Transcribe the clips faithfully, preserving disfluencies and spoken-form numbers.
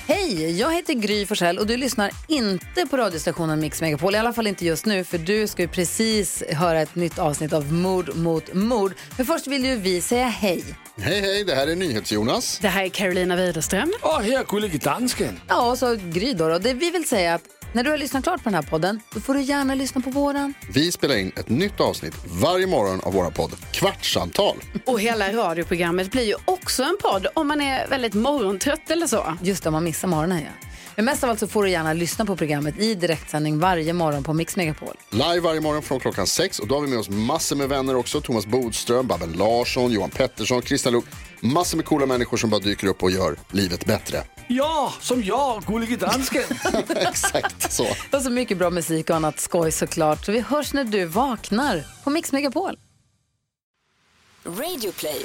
Hej, jag heter Gry Forssell och du lyssnar inte på radiostationen Mix Megapol. I alla fall inte just nu, för du ska ju precis höra ett nytt avsnitt av Mord mot mord. Men först vill ju vi säga hej. Hej, hej, det här är NyhetsJonas. Det här är Carolina Widerström. Och här är Gullige Dansken. Ja, och så Gry då. Och det vi vill säga att när du har lyssnat klart på den här podden, då får du gärna lyssna på våran. Vi spelar in ett nytt avsnitt varje morgon av våra podd Kvartsamtal. Och hela radioprogrammet blir ju också en podd om man är väldigt morgontrött eller så. Just det, om man missar morgonen, ja. Men mest av allt så får du gärna lyssna på programmet i direktsändning varje morgon på Mix Megapol. Live varje morgon från klockan sex. Och då har vi med oss massor med vänner också. Thomas Bodström, Babben Larsson, Johan Pettersson, Krista Luuk. Massor med coola människor som bara dyker upp och gör livet bättre. Ja, som jag, Gullige Dansken. Exakt så. Och så mycket bra musik och annat skoj såklart. Så vi hörs när du vaknar på Mix Megapol. Radio Play.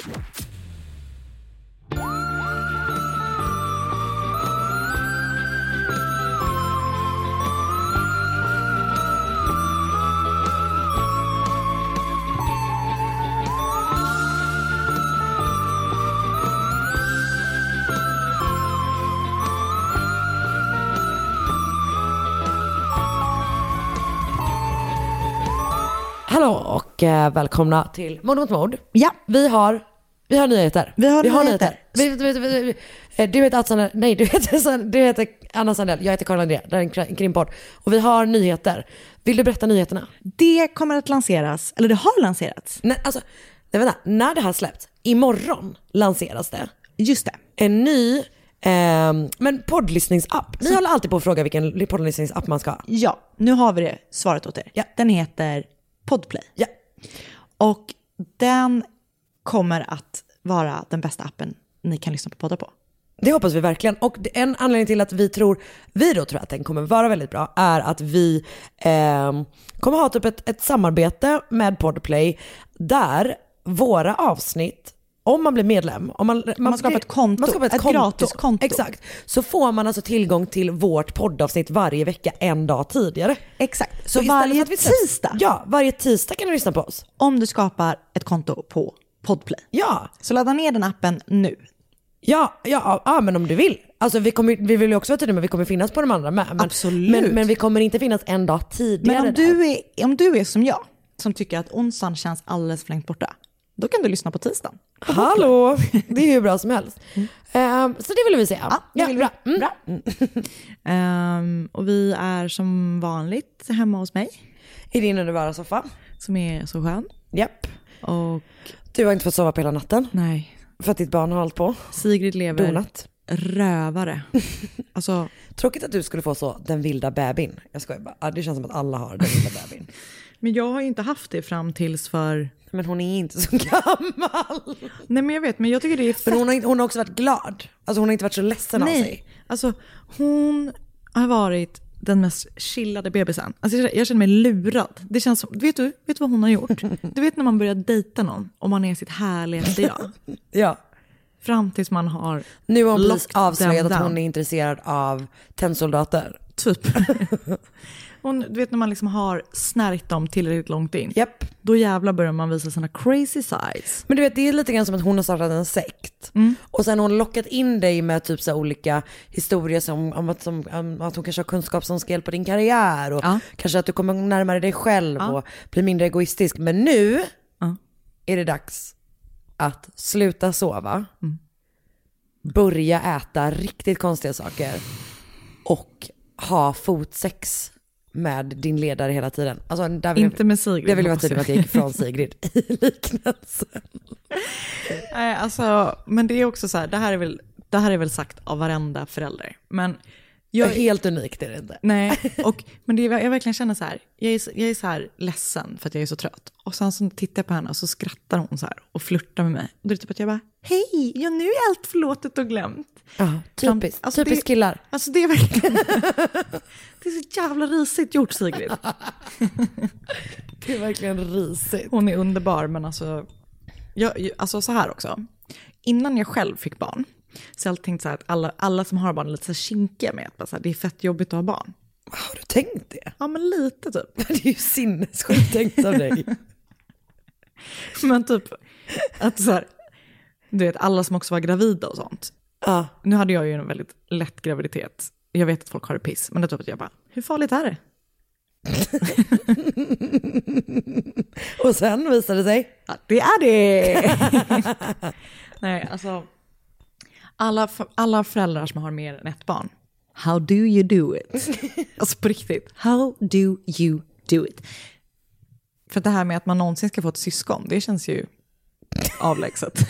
Hallå och eh, välkomna till Mord mot mord. Ja. Vi har, vi har nyheter. Vi har vi har nyheter. nyheter. Vi, vi, vi, vi, vi, du heter Atsan, nej du heter, du heter Anna Sandell, jag heter Karin André. Det är en krimpodd. Och vi har nyheter. Vill du berätta nyheterna? Det kommer att lanseras, eller det har lanserats. Nej, alltså, nej, vänta, när det här släpps, imorgon lanseras det. Just det. En ny eh, men poddlyssningsapp. Ni håller alltid på att fråga vilken poddlyssningsapp man ska ha. Ja, nu har vi det svaret åt er. Ja. Den heter Podplay. Ja. Och den kommer att vara den bästa appen ni kan lyssna på poddar på. Det hoppas vi verkligen. Och en anledning till att vi tror, vi då tror att den kommer vara väldigt bra, är att vi eh, kommer ha typ ett, ett samarbete med Podplay där våra avsnitt, om man blir medlem, om man, man, man skapar ett konto, man skapar ett, ett konto, gratis konto. Exakt. Så får man alltså tillgång till vårt poddavsnitt varje vecka en dag tidigare. Exakt. Så Så varje för att vi släpps, tisdag, ja, varje tisdag kan du lyssna på oss. om du skapar ett konto på Podplay. Ja. Så ladda ner den appen nu. Ja, ja, ja, men om du vill. Alltså vi, kommer, vi vill ju också vara tydliga, men vi kommer finnas på de andra med. Men, Absolut. Men, men vi kommer inte finnas en dag tidigare. Men om du, är, om du är som jag, som tycker att onsdagen känns alldeles för långt borta, då kan du lyssna på tisdagen. Hallå, det är hur bra som helst. Mm. Um, så det vill vi säga. Ja, det ja, vill bra. vi. Mm. Bra. um, och vi är som vanligt hemma hos mig. I din underbara soffa. Som är så skön. Japp. Och du har inte fått sova på hela natten. nej. För att ditt barn har hållit på. Sigrid lever Donat. rövare. Alltså, tråkigt att du skulle få så den vilda bebin. Jag skojar bara. Ja, det känns som att alla har den vilda bebin. men jag har ju inte haft det fram tills för... Men hon är inte så gammal. Nej, men jag vet, men jag tycker det är fett. Men hon har, hon har också varit glad. Alltså hon har inte varit så ledsen Nej. av sig. Alltså hon har varit den mest chillade bebisen. Alltså jag, jag känner mig lurad. Det känns som, vet du, vet du vad hon har gjort? Du vet när man börjar dejta någon och man är sitt härligaste jag. Ja. Fram tills man har Nu har hon locked avslöjat them att down. hon är intresserad av tennsoldater. Typ. Hon, du vet när man liksom har snärkt dem tillräckligt långt in. Japp. Då jävlar börjar man visa sina crazy sides. Men du vet, det är lite grann som att hon har startat en sekt. Mm. Och sen har hon lockat in dig med typ så här olika historier som, om att, som, om att hon kanske har kunskap som ska hjälpa din karriär. Och Ja. kanske att du kommer närmare dig själv Ja. och blir mindre egoistisk. Men nu Ja. är det dags att sluta sova. Mm. Börja äta riktigt konstiga saker. Och ha fotsex med din ledare hela tiden. Alltså, där vill Inte jag, med Sigrid. Det vill jag vara tydlig med att jag gick från Sigrid i liknelsen. Nej, alltså, men det är också så här, det här är väl, det här är väl sagt av varenda förälder. Men Jag jag är helt unikt är det inte. Nej, och, men det är, jag verkligen känner så här, jag är, så- jag är så här ledsen för att jag är så trött. Och sen så tittar jag på henne och så skrattar hon så här och flörtar med mig. Och det är typ att jag bara, hej, ja, nu är allt förlåtet och glömt. Ja, typiskt. Alltså, typiskt det- killar. Alltså det är verkligen, det är så jävla risigt gjort, Sigrid. Det är verkligen risigt. Hon är underbar, men alltså, jag, alltså så här också. Innan jag själv fick barn, så jag tänkte så här att alla, alla som har barn är lite så här kinkiga med att bara så här, det är fett jobbigt att ha barn. Har du tänkt det? Ja, men lite typ. Det är ju sinnessjukt tänkt av dig. Men typ att så här, du vet, alla som också var gravida och sånt. Ja. Nu hade jag ju en väldigt lätt graviditet. Jag vet att folk har det piss, men jag tror att jag bara, hur farligt är det? Och sen visade det sig. Ja, det är det! Nej, alltså alla, alla föräldrar som har mer än ett barn, how do you do it? Alltså på riktigt, how do you do it? För det här med att man någonsin ska få ett syskon, det känns ju avlägset.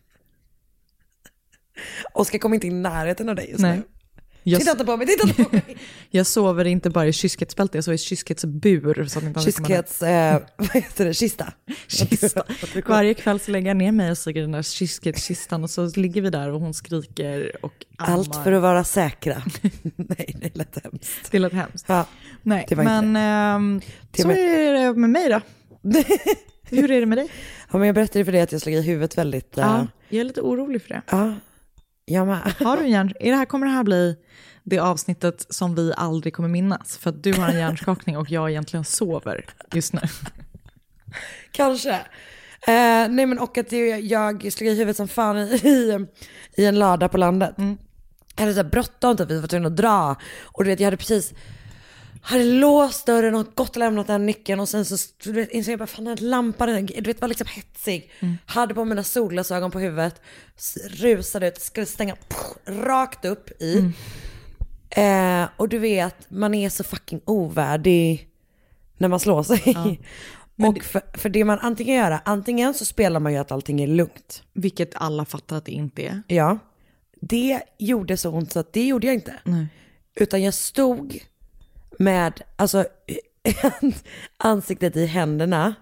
Oskar kom inte i närheten av dig just Nej. nu. Jag, Titta inte på mig, titta inte på mig. jag sover inte bara i kysketsbälte, jag sover i kysketsbur. Så att inte Kyskets, eh, vad heter det, kista. Kista. Varje kväll så lägger jag ner mig och så i den där kysketskistan och så ligger vi där och hon skriker och ammar. Allt för att vara säkra. Nej, det lät hemskt. Det lät hemskt. Ja, Nej, det var men inte ehm, det så var... är det med mig då. Hur är det med dig? Ja, men jag berättade för dig att jag slog i huvudet väldigt. Uh... Ja, jag är lite orolig för det. Ja, jag med. Har du en hjärn... Är det här, kommer det här bli det avsnittet som vi aldrig kommer minnas? För att du har en hjärnskakning och jag egentligen sover just nu. Kanske. Uh, nej men och att jag, jag slog i huvudet som fan i, i, i en lada på landet. Mm. Jag hade så här bråttom typ, vi var tvungna att dra. Och du vet, jag hade precis hade låst dörren och gått och lämnat den nyckeln. Och sen så du vet, insåg jag bara, fan den lampan, du vet, var liksom hetsig. Mm. Hade på mina solglasögon på huvudet, rusade ut, skulle stänga pff, rakt upp i. Mm. Eh, och du vet, man är så fucking ovärdig när man slår sig. Ja. Och för, för det man antingen gör, antingen så spelar man ju att allting är lugnt. Vilket alla fattar att det inte är. Ja, det gjorde så ont så att det gjorde jag inte. Nej. Utan jag stod med alltså ansiktet i händerna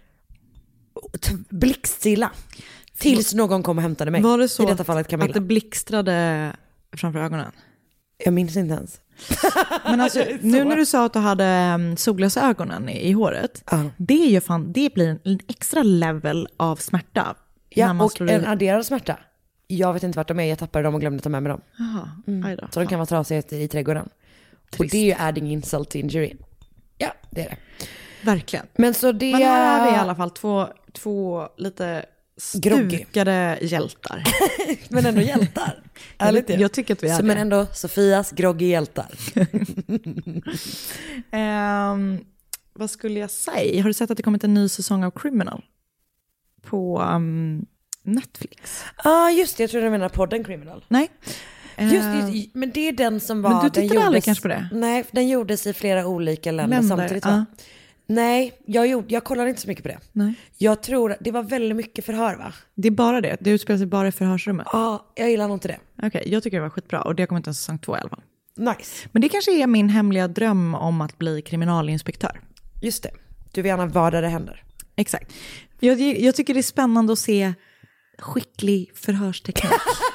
blixtstilla tills någon kom och hämtade mig. Var det så i detta fallet Camilla. Att det blixtrade framför ögonen? Jag minns inte ens. Men alltså, nu när du sa att du hade solglasögonen i, i håret, uh. det, är ju fan, det blir en extra level av smärta. Ja, och en adderad smärta. Jag vet inte vart de är, jag tappade dem och glömde ta med mig dem. Aha, mm. Så de kan vara trasiga i trädgården. Trist. Och det är ju adding insult to injury. Ja, det är det. Verkligen. Men, så det... Men här är vi i alla fall två, två lite stukade hjältar. Men ändå hjältar. Ärligt, jag, jag tycker att vi är så, det. Men ändå Sofias groggy hjältar. um, vad skulle jag säga? Har du sett att det kommit en ny säsong av Criminal? På um, Netflix. Ja, ah, just det. Jag tror du menar podden Criminal. Nej. Just, just, men det är den som var... Men du tittade aldrig kanske på det? Nej, den gjordes i flera olika länder, länder samtidigt va? Uh. Nej, jag, gjorde, jag kollade inte så mycket på det. Nej. Jag tror det var väldigt mycket förhör va? Det är bara det? Det utspelar sig bara i förhörsrummet? Ja, jag gillar nog inte det. Okej, okay, jag tycker det var skitbra och det har kommit en säsong två i alla fall. Nice. Men det kanske är min hemliga dröm om att bli kriminalinspektör. Just det. Du vill gärna vara där det händer. Exakt. Jag, jag tycker det är spännande att se skicklig förhörsteknik.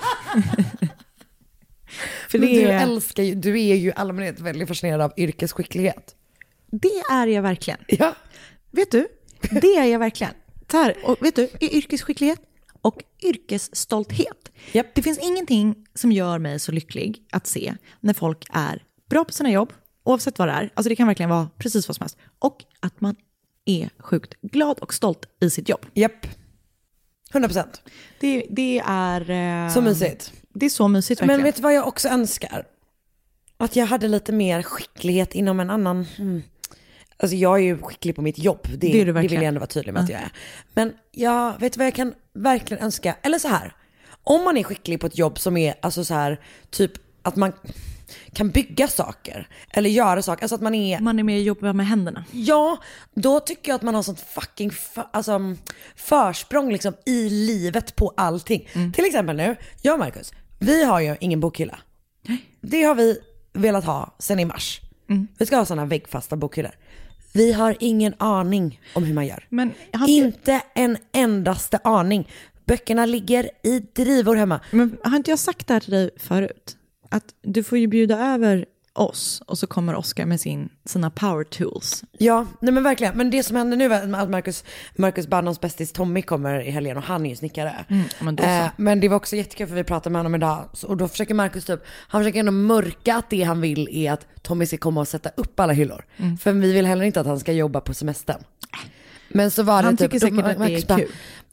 För det är... Du älskar ju, du är ju allmänhet väldigt fascinerad av yrkesskicklighet. Det är jag verkligen. Ja. Vet du, det är jag verkligen. Här, och vet du, är yrkesskicklighet och yrkesstolthet. Yep. Det finns ingenting som gör mig så lycklig att se när folk är bra på sina jobb, oavsett vad det är. Alltså det kan verkligen vara precis vad som helst. Och att man är sjukt glad och stolt i sitt jobb. Japp. hundra procent. Det, det är... Eh, så mysigt. Det är så mysigt verkligen. Men vet du vad jag också önskar? Att jag hade lite mer skicklighet inom en annan... Hmm. Alltså jag är ju skicklig på mitt jobb. Det, det, är du det vill jag ändå vara tydlig med ja. Att jag är. Men jag vet vad jag kan verkligen önska. Eller så här. Om man är skicklig på ett jobb som är alltså så här, typ att man kan bygga saker. Eller göra saker. Alltså att man är... Man är med och jobbar med händerna. Ja, då tycker jag att man har sånt fucking för, alltså, försprång liksom i livet på allting. Mm. Till exempel nu, jag och Marcus, vi har ju ingen bokhylla. Nej. Det har vi velat ha sedan i mars. Mm. Vi ska ha sådana väggfasta bokhyllor. Vi har ingen aning om hur man gör. Men inte en endaste aning. Böckerna ligger i drivor hemma. Men har inte jag sagt det här till dig förut? Att du får ju bjuda över oss och så kommer Oscar med sin, sina power tools. Ja, nej men verkligen. Men det som händer nu är att Marcus, Marcus Barnons bästis Tommy kommer i helgen och han är ju snickare. Mm, men, eh, men det var också jättekul för vi pratade med honom idag. Och då försöker Marcus typ, han försöker ändå mörka att det han vill är att Tommy ska komma och sätta upp alla hyllor. Mm. För vi vill heller inte att han ska jobba på semestern. Men så var det han typ, tycker säkert att det är bara, kul.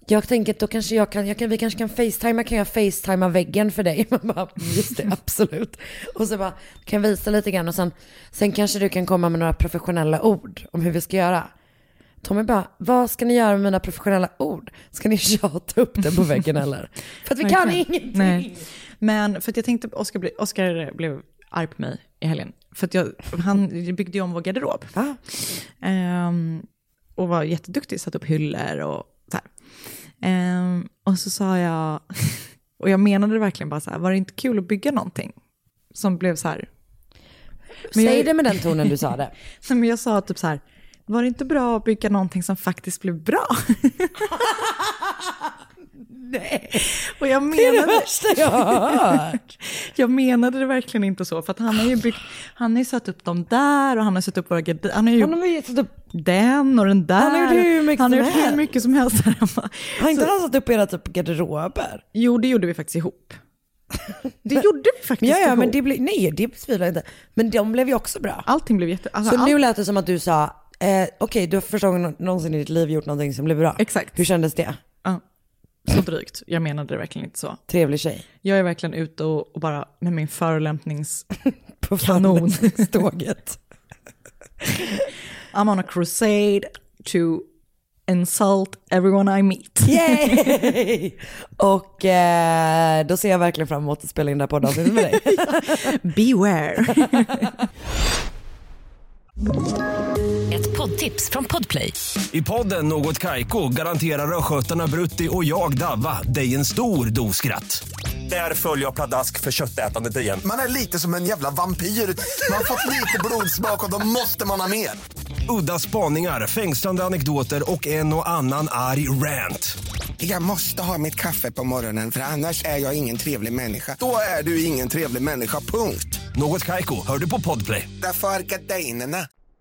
Jag tänker att då kanske jag kan, jag kan, vi kanske kan facetima, kan jag facetima väggen för dig? Man bara, just det, absolut. Och så bara, kan jag visa lite grann och sen, sen kanske du kan komma med några professionella ord om hur vi ska göra. Tommy bara, vad ska ni göra med mina professionella ord? Ska ni tjata upp det på väggen eller? För att vi kan ingenting. Nej. Men för att jag tänkte, Oscar, ble, Oscar blev arg på mig i helgen. För att jag, han byggde ju om vår garderob. Ah. Um, och var jätteduktig, satt upp hyllor och så här. Um, och så sa jag, och jag menade det verkligen bara så här, var det inte kul att bygga någonting som blev så här? Men Säg jag, det med den tonen du sa det. Men jag sa typ så här, var det inte bra att bygga någonting som faktiskt blev bra? Nej. Och jag menade, det är det värsta jag har hört. Jag menade det verkligen inte så. För att han har ju byggt, han har ju satt upp dem där och han har satt upp våra gardiner. Han har ju, han har ju satt upp den och den där. Han har ju hur mycket han som har helst. hur mycket som helst där hemma. Har inte så, han satt upp era typ garderober? Jo, det gjorde vi faktiskt ihop. Det gjorde vi faktiskt ja, ja, ihop. men det ble, nej, det betvivlar jag inte. Men de blev ju också bra. Allting blev jätte... Alltså, så all... nu lät det som att du sa, eh, okej, okay, du har första gången någonsin i ditt liv gjort någonting som blev bra. Exakt. Hur kändes det? Ja, så drygt. Jag menade det verkligen inte så. Trevlig tjej. Jag är verkligen ute och, och bara med min förolämpnings... På förolämpningståget. I'm on a crusade to insult everyone I meet. Yay! Och eh, då ser jag verkligen fram emot att spela in det här poddavsnittet med dig. Beware. Ett poddtips från Podplay. I podden Något Kaiko garanterar röskötarna Brutti och jag Davva dig en stor dos skratt. Där följer jag pladask för köttätandet igen. Man är lite som en jävla vampyr. Man har fått lite blodsmak och då måste man ha mer. Udda spaningar, fängslande anekdoter och en och annan arg rant. Jag måste ha mitt kaffe på morgonen för annars är jag ingen trevlig människa. Då är du ingen trevlig människa, punkt. Något Kaiko, hör du på Podplay. Därför är gardinerna.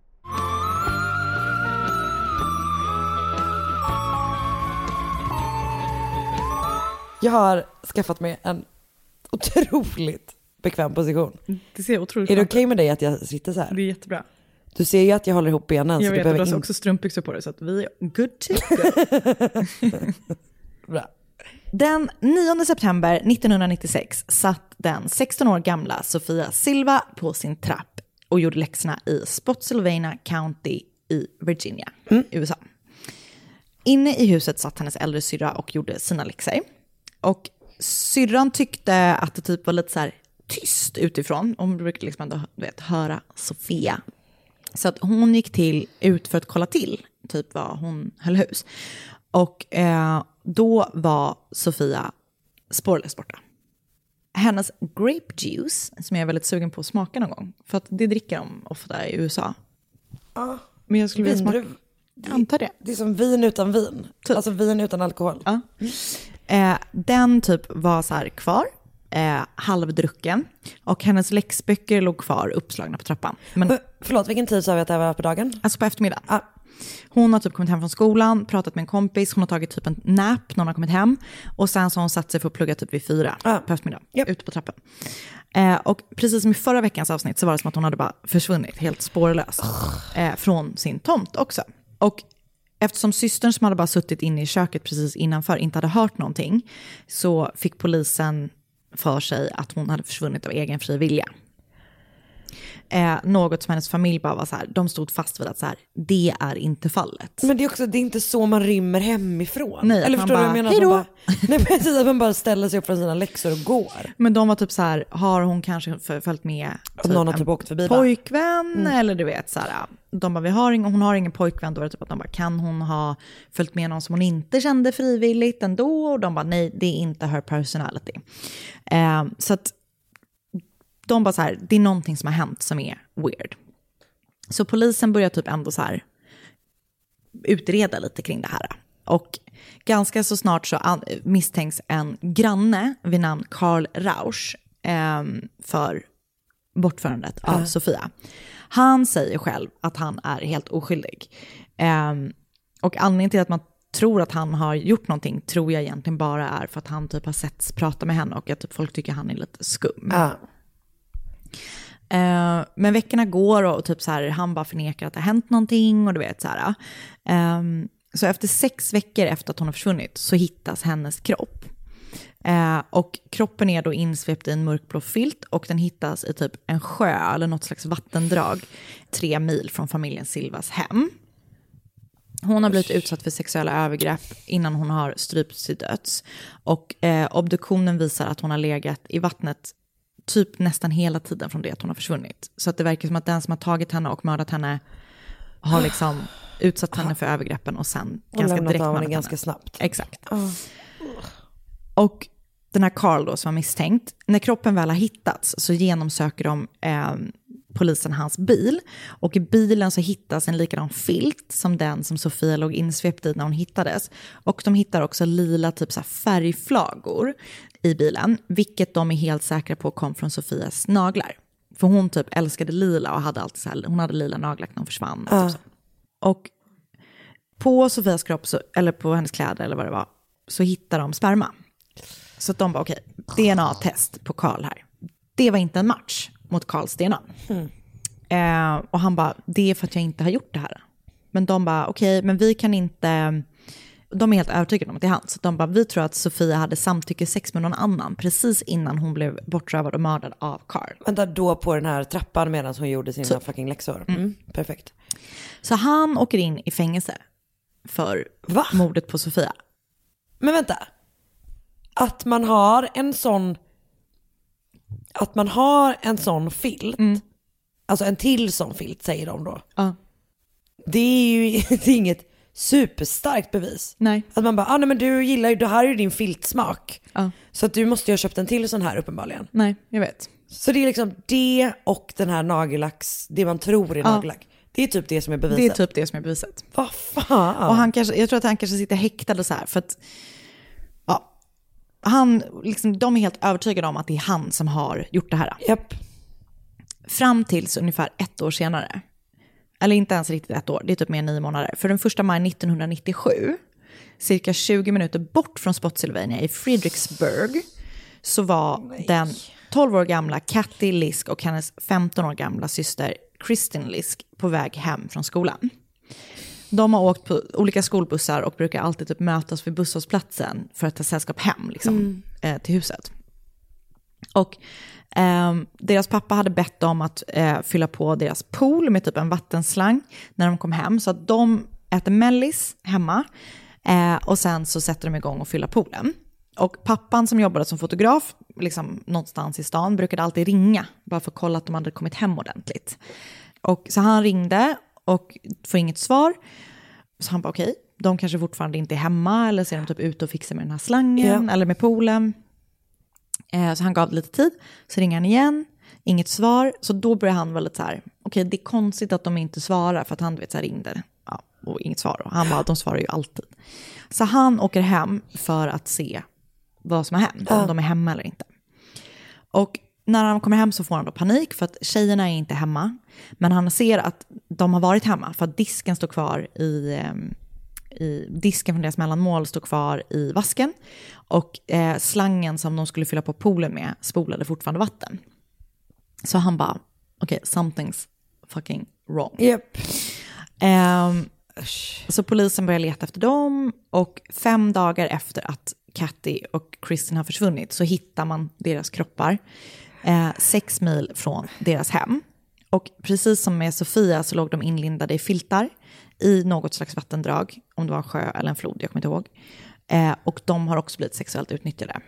Jag har skaffat mig en otroligt bekväm position. Det ser otroligt Är det bra. okej okay med dig att jag sitter så här? Det är jättebra. Du ser ju att jag håller ihop benen. Jag så vet du att du har in... också strumpbyxor på dig så att vi är good to go. Bra. Den nionde september nittonhundranittiosex satt den sexton år gamla Sofia Silva på sin trapp och gjorde läxorna i Spotsylvania County i Virginia, mm. U S A. Inne i huset satt hennes äldre syrra och gjorde sina läxor. Och syrran tyckte att det typ var lite så här tyst utifrån. Hon brukade liksom ändå, du vet, höra Sofia. Så att hon gick till ut för att kolla till typ vad hon höll hus. Och eh, då var Sofia spårlöst borta. Hennes grape juice, som jag är väldigt sugen på att smaka någon gång. För att det dricker de ofta i U S A. Ja. Men jag skulle vilja smaka. Jag antar det. Det är som vin utan vin. Typ. Alltså vin utan alkohol. Ja. Eh, den typ var så här kvar. Eh, halvdrucken. Och hennes läxböcker låg kvar uppslagna på trappan. Men, förlåt, vilken tid sa vi att det här var på dagen? Alltså på eftermiddagen. Ah. Hon har typ kommit hem från skolan, pratat med en kompis. Hon har tagit typ en nap när hon har kommit hem. Och sen så har hon satt sig för att plugga typ vid fyra ah. på eftermiddagen. Yep. Ute på trappan. Eh, och precis som i förra veckans avsnitt så var det som att hon hade bara försvunnit helt spårlöst. Eh, från sin tomt också. Och eftersom systern som hade bara suttit inne i köket precis innanför inte hade hört någonting, så fick polisen för sig att hon hade försvunnit av egen fri vilja. Eh, något som hennes familj bara var så här, de stod fast vid att så här, det är inte fallet. Men det är också, det är inte så man rymmer hemifrån. Nej, eller förstår bara, du vad jag menar? hejdå. Bara, nej, precis, att man bara ställer sig upp från sina läxor och går. Men de var typ så här, har hon kanske följt med typ någon har typ åkt förbi, pojkvän mm. eller du vet så här, de bara, vi har ingen, hon har ingen pojkvän. Då var det typ att de bara, kan hon ha följt med någon som hon inte kände frivilligt ändå? Och de bara, nej, det är inte her personality. Eh, så att de bara så här, det är någonting som har hänt som är weird. Så polisen börjar typ ändå så här utreda lite kring det här. Och ganska så snart så an- misstänks en granne vid namn Karl Rausch eh, för bortförandet av uh. Sofia. Han säger själv att han är helt oskyldig. Eh, och anledningen till att man tror att han har gjort någonting tror jag egentligen bara är för att han typ har setts prata med henne och att typ folk tycker han är lite skum. Uh. Uh, men veckorna går och typ så här, han bara förnekar att det har hänt någonting och du vet så här. Um, Så efter sex veckor efter att hon har försvunnit så hittas hennes kropp. Eh, och kroppen är då insvept i en mörkblå filt och den hittas i typ en sjö eller något slags vattendrag tre mil från familjen Silvas hem. Hon har blivit utsatt för sexuella övergrepp innan hon har strypts till döds. Och eh, obduktionen visar att hon har legat i vattnet typ nästan hela tiden från det att hon har försvunnit. Så att det verkar som att den som har tagit henne och mördat henne har liksom utsatt henne för övergreppen och sen och ganska direkt mördat henne. Ganska snabbt. Exakt. Oh. Och den här Carl då som var misstänkt, när kroppen väl har hittats så genomsöker de eh, polisen hans bil. Och i bilen så hittas en likadan filt som den som Sofia låg insvept i när hon hittades. Och de hittar också lila typ så här färgflagor i bilen, vilket de är helt säkra på kom från Sofias naglar. För hon typ älskade lila och hade alltid så här, hon hade lila naglar när hon försvann. Uh. Typ så. Och på Sofias kropp, så, eller på hennes kläder eller vad det var, så hittar de sperma. Så att de bara, okej, okay, D N A-test på Carl här. Det var inte en match mot Carls D N A. Mm. Eh, och han bara, det är för att jag inte har gjort det här. Men de bara, okej, okay, men vi kan inte... De är helt övertygade om att det är han. Så de bara, vi tror att Sofia hade samtyckesex med någon annan precis innan hon blev bortrövad och mördad av Carl. Vänta, då på den här trappan medan hon gjorde sina så. fucking läxor. Mm. Mm, perfekt. Så han åker in i fängelse för Va? mordet på Sofia. Men vänta. Att man har en sån... Att man har en sån filt. Mm. Alltså en till sån filt säger de då. Ja. Det är ju det är inget superstarkt bevis. Nej. Att man bara, ah, nej men du gillar ju, det här är ju din filtsmak. Ja. Så att du måste ju ha köpt en till sån här uppenbarligen. Nej, jag vet. Så det är liksom det och den här nagellax, det man tror är ja. nagellack. Det är typ det som är beviset. Det är typ det som är beviset. Vad fan? Och han kanske, jag tror att han kanske sitter häktad och så här för att ja, han, liksom, de är helt övertygade om att det är han som har gjort det här. Japp. Fram tills ungefär ett år senare. Eller inte ens riktigt ett år, det är typ mer nio månader. För den första maj nittonhundranittiosju, cirka tjugo minuter bort från Spotsylvania i Fredericksburg, så var Nej. den tolv år gamla Kathy Lisk och hennes femton år gamla syster Kristin Lisk på väg hem från skolan. De har åkt på olika skolbussar och brukar alltid typ mötas vid busshållplatsen för att ta sällskap hem liksom, mm. eh, till huset. Och eh, deras pappa hade bett dem att eh, fylla på deras pool med typ en vattenslang när de kom hem. Så att de äter mellis hemma eh, och sen så sätter de igång och fyller poolen. Och pappan som jobbade som fotograf liksom, någonstans i stan brukade alltid ringa bara för att kolla att de hade kommit hem ordentligt. Och så han ringde och får inget svar. Så han bara okej, okay, de kanske fortfarande inte är hemma eller så är de typ ute och fixar med den här slangen ja. eller med poolen. Eh, så han gav lite tid, så ringer han igen, inget svar. Så då börjar han vara lite så här, okej okay, det är konstigt att de inte svarar för att han vet så här ringde ja, och inget svar. Och han bara, de svarar ju alltid. Så han åker hem för att se vad som har hänt, ja. om de är hemma eller inte. Och när han kommer hem så får han då panik för att tjejerna är inte hemma. Men han ser att de har varit hemma för att disken står kvar i, i disken från deras mellanmål står kvar i vasken. Och eh, slangen som de skulle fylla på poolen med spolade fortfarande vatten. Så han bara, okej, okay, something's fucking wrong. Yep. Um, så polisen börjar leta efter dem och fem dagar efter att Kathy och Kristin har försvunnit så hittar man deras kroppar eh, sex mil från deras hem. Och precis som med Sofia så låg de inlindade i filtar i något slags vattendrag, om det var en sjö eller en flod, jag kommer inte ihåg. Eh, och de har också blivit sexuellt utnyttjade.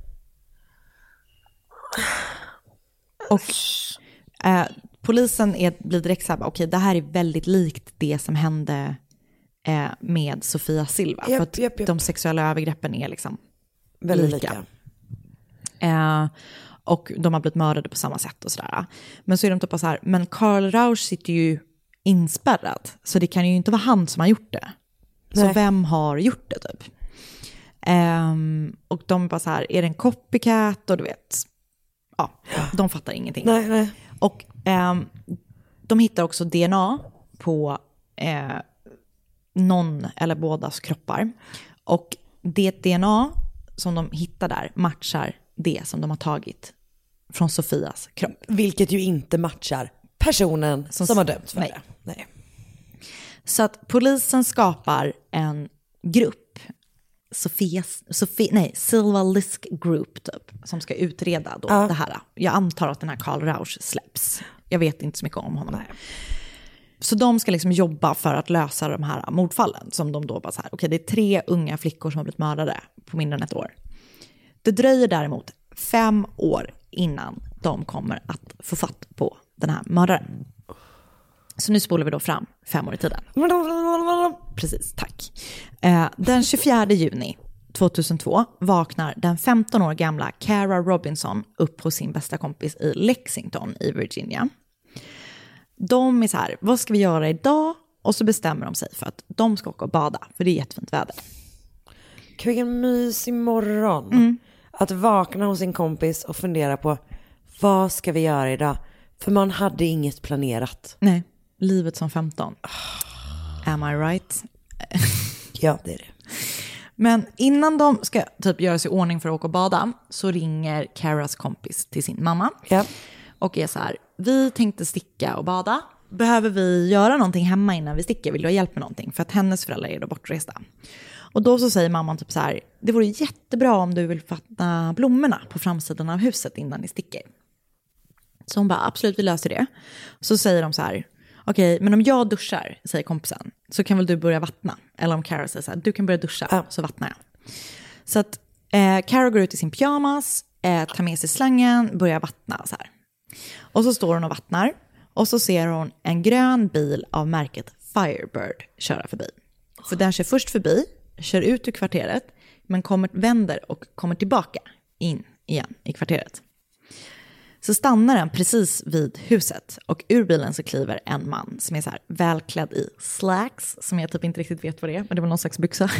Och eh, polisen är, blir direkt så här, okej, okay, det här är väldigt likt det som hände eh, med Sofia Silva. Yep, för att yep, yep. de sexuella övergreppen är liksom väldigt lika. lika. Eh, och de har blivit mördade på samma sätt och sådär. Men så är de typ så här, men Karl Rausch sitter ju inspärrad. Så det kan ju inte vara han som har gjort det. Nej. Så vem har gjort det typ? Um, och de bara så här, är det en copycat? Och du vet, ja, de fattar ingenting. Nej, nej. Och um, de hittar också D N A på eh, någon eller bådas kroppar. Och det D N A som de hittar där matchar det som de har tagit från Sofias kropp. Vilket ju inte matchar personen som, som har dömts för nej. det. Nej. Så att polisen skapar en grupp, Sofia, Sofia, nej, Silva Lisk Group typ, som ska utreda då ja. det här. Jag antar att den här Karl Rausch släpps. Jag vet inte så mycket om honom. Nej. Så de ska liksom jobba för att lösa de här mordfallen som de då bara så här, okej, okay, det är tre unga flickor som har blivit mördade på mindre än ett år. Det dröjer däremot fem år innan de kommer att få fatt på den här mördaren. Så nu spolar vi då fram fem år i tiden. Precis, tack. Eh, den tjugofjärde juni tjugohundratvå vaknar den femton år gamla Cara Robinson upp hos sin bästa kompis i Lexington i Virginia. De är så här, vad ska vi göra idag? Och så bestämmer de sig för att de ska åka och bada, för det är jättefint väder. Vilken mysig morgon. Mm. Att vakna hos sin kompis och fundera på, vad ska vi göra idag? För man hade inget planerat. Nej, livet som femton. Am I right? Ja, det är det. Men innan de ska typ göra sig i ordning för att åka och bada så ringer Caras kompis till sin mamma. Ja. Och är så här, vi tänkte sticka och bada. Behöver vi göra någonting hemma innan vi sticker? Vill du ha hjälp med någonting? För att hennes föräldrar är då bortresta. Och då så säger mamman typ så här, det vore jättebra om du vill fatta blommorna på framsidan av huset innan ni sticker. Så hon bara, absolut, vi löser det. Så säger de så här, okej, okay, men om jag duschar, säger kompisen, så kan väl du börja vattna. Eller om Cara säger så här, du kan börja duscha, ja. Så vattnar jag. Så att eh, Cara går ut i sin pyjamas, eh, tar med sig slangen, börjar vattna så här. Och så står hon och vattnar. Och så ser hon en grön bil av märket Firebird köra förbi. För den kör först förbi, kör ut ur kvarteret, men kommer, vänder och kommer tillbaka in igen i kvarteret. Så stannar den precis vid huset och ur bilen så kliver en man som är så här välklädd i slacks, som jag typ inte riktigt vet vad det är, men det är väl någon slags byxa.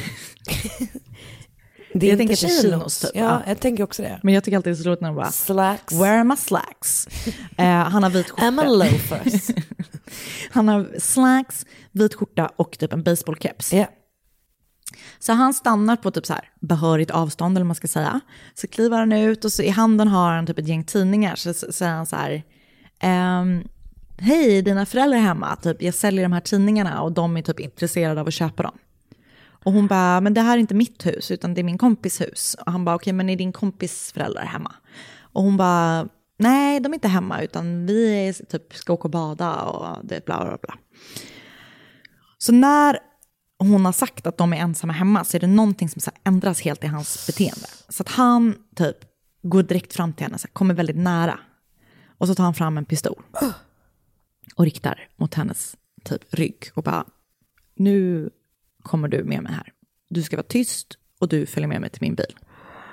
Det är jag inte tänker chinos. chinos typ. Ja, ja, jag tänker också det. Men jag tycker alltid det är så roligt när de bara, slacks. Where are my slacks? uh, han har vit skjorta. I'm a loafers. Han har slacks, vit skjorta och typ en baseballkeps. Yeah. Så han stannar på typ så här behörigt avstånd, eller man ska säga. Så kliver han ut och så i handen har han typ ett gäng tidningar. Så säger han så här, ehm, hej, dina föräldrar är hemma. Typ, jag säljer de här tidningarna och de är typ intresserade av att köpa dem. Och hon bara, men det här är inte mitt hus utan det är min kompis hus. Och han bara, okej, okay, men är din kompis föräldrar hemma? Och hon bara, nej, de är inte hemma utan vi är, typ ska åka och bada och det bla bla bla. Så när hon har sagt att de är ensamma hemma så är det någonting som så ändras helt i hans beteende. Så att han typ går direkt fram till henne, så här, kommer väldigt nära. Och så tar han fram en pistol och riktar mot hennes typ rygg och bara, nu kommer du med mig här. Du ska vara tyst och du följer med mig till min bil.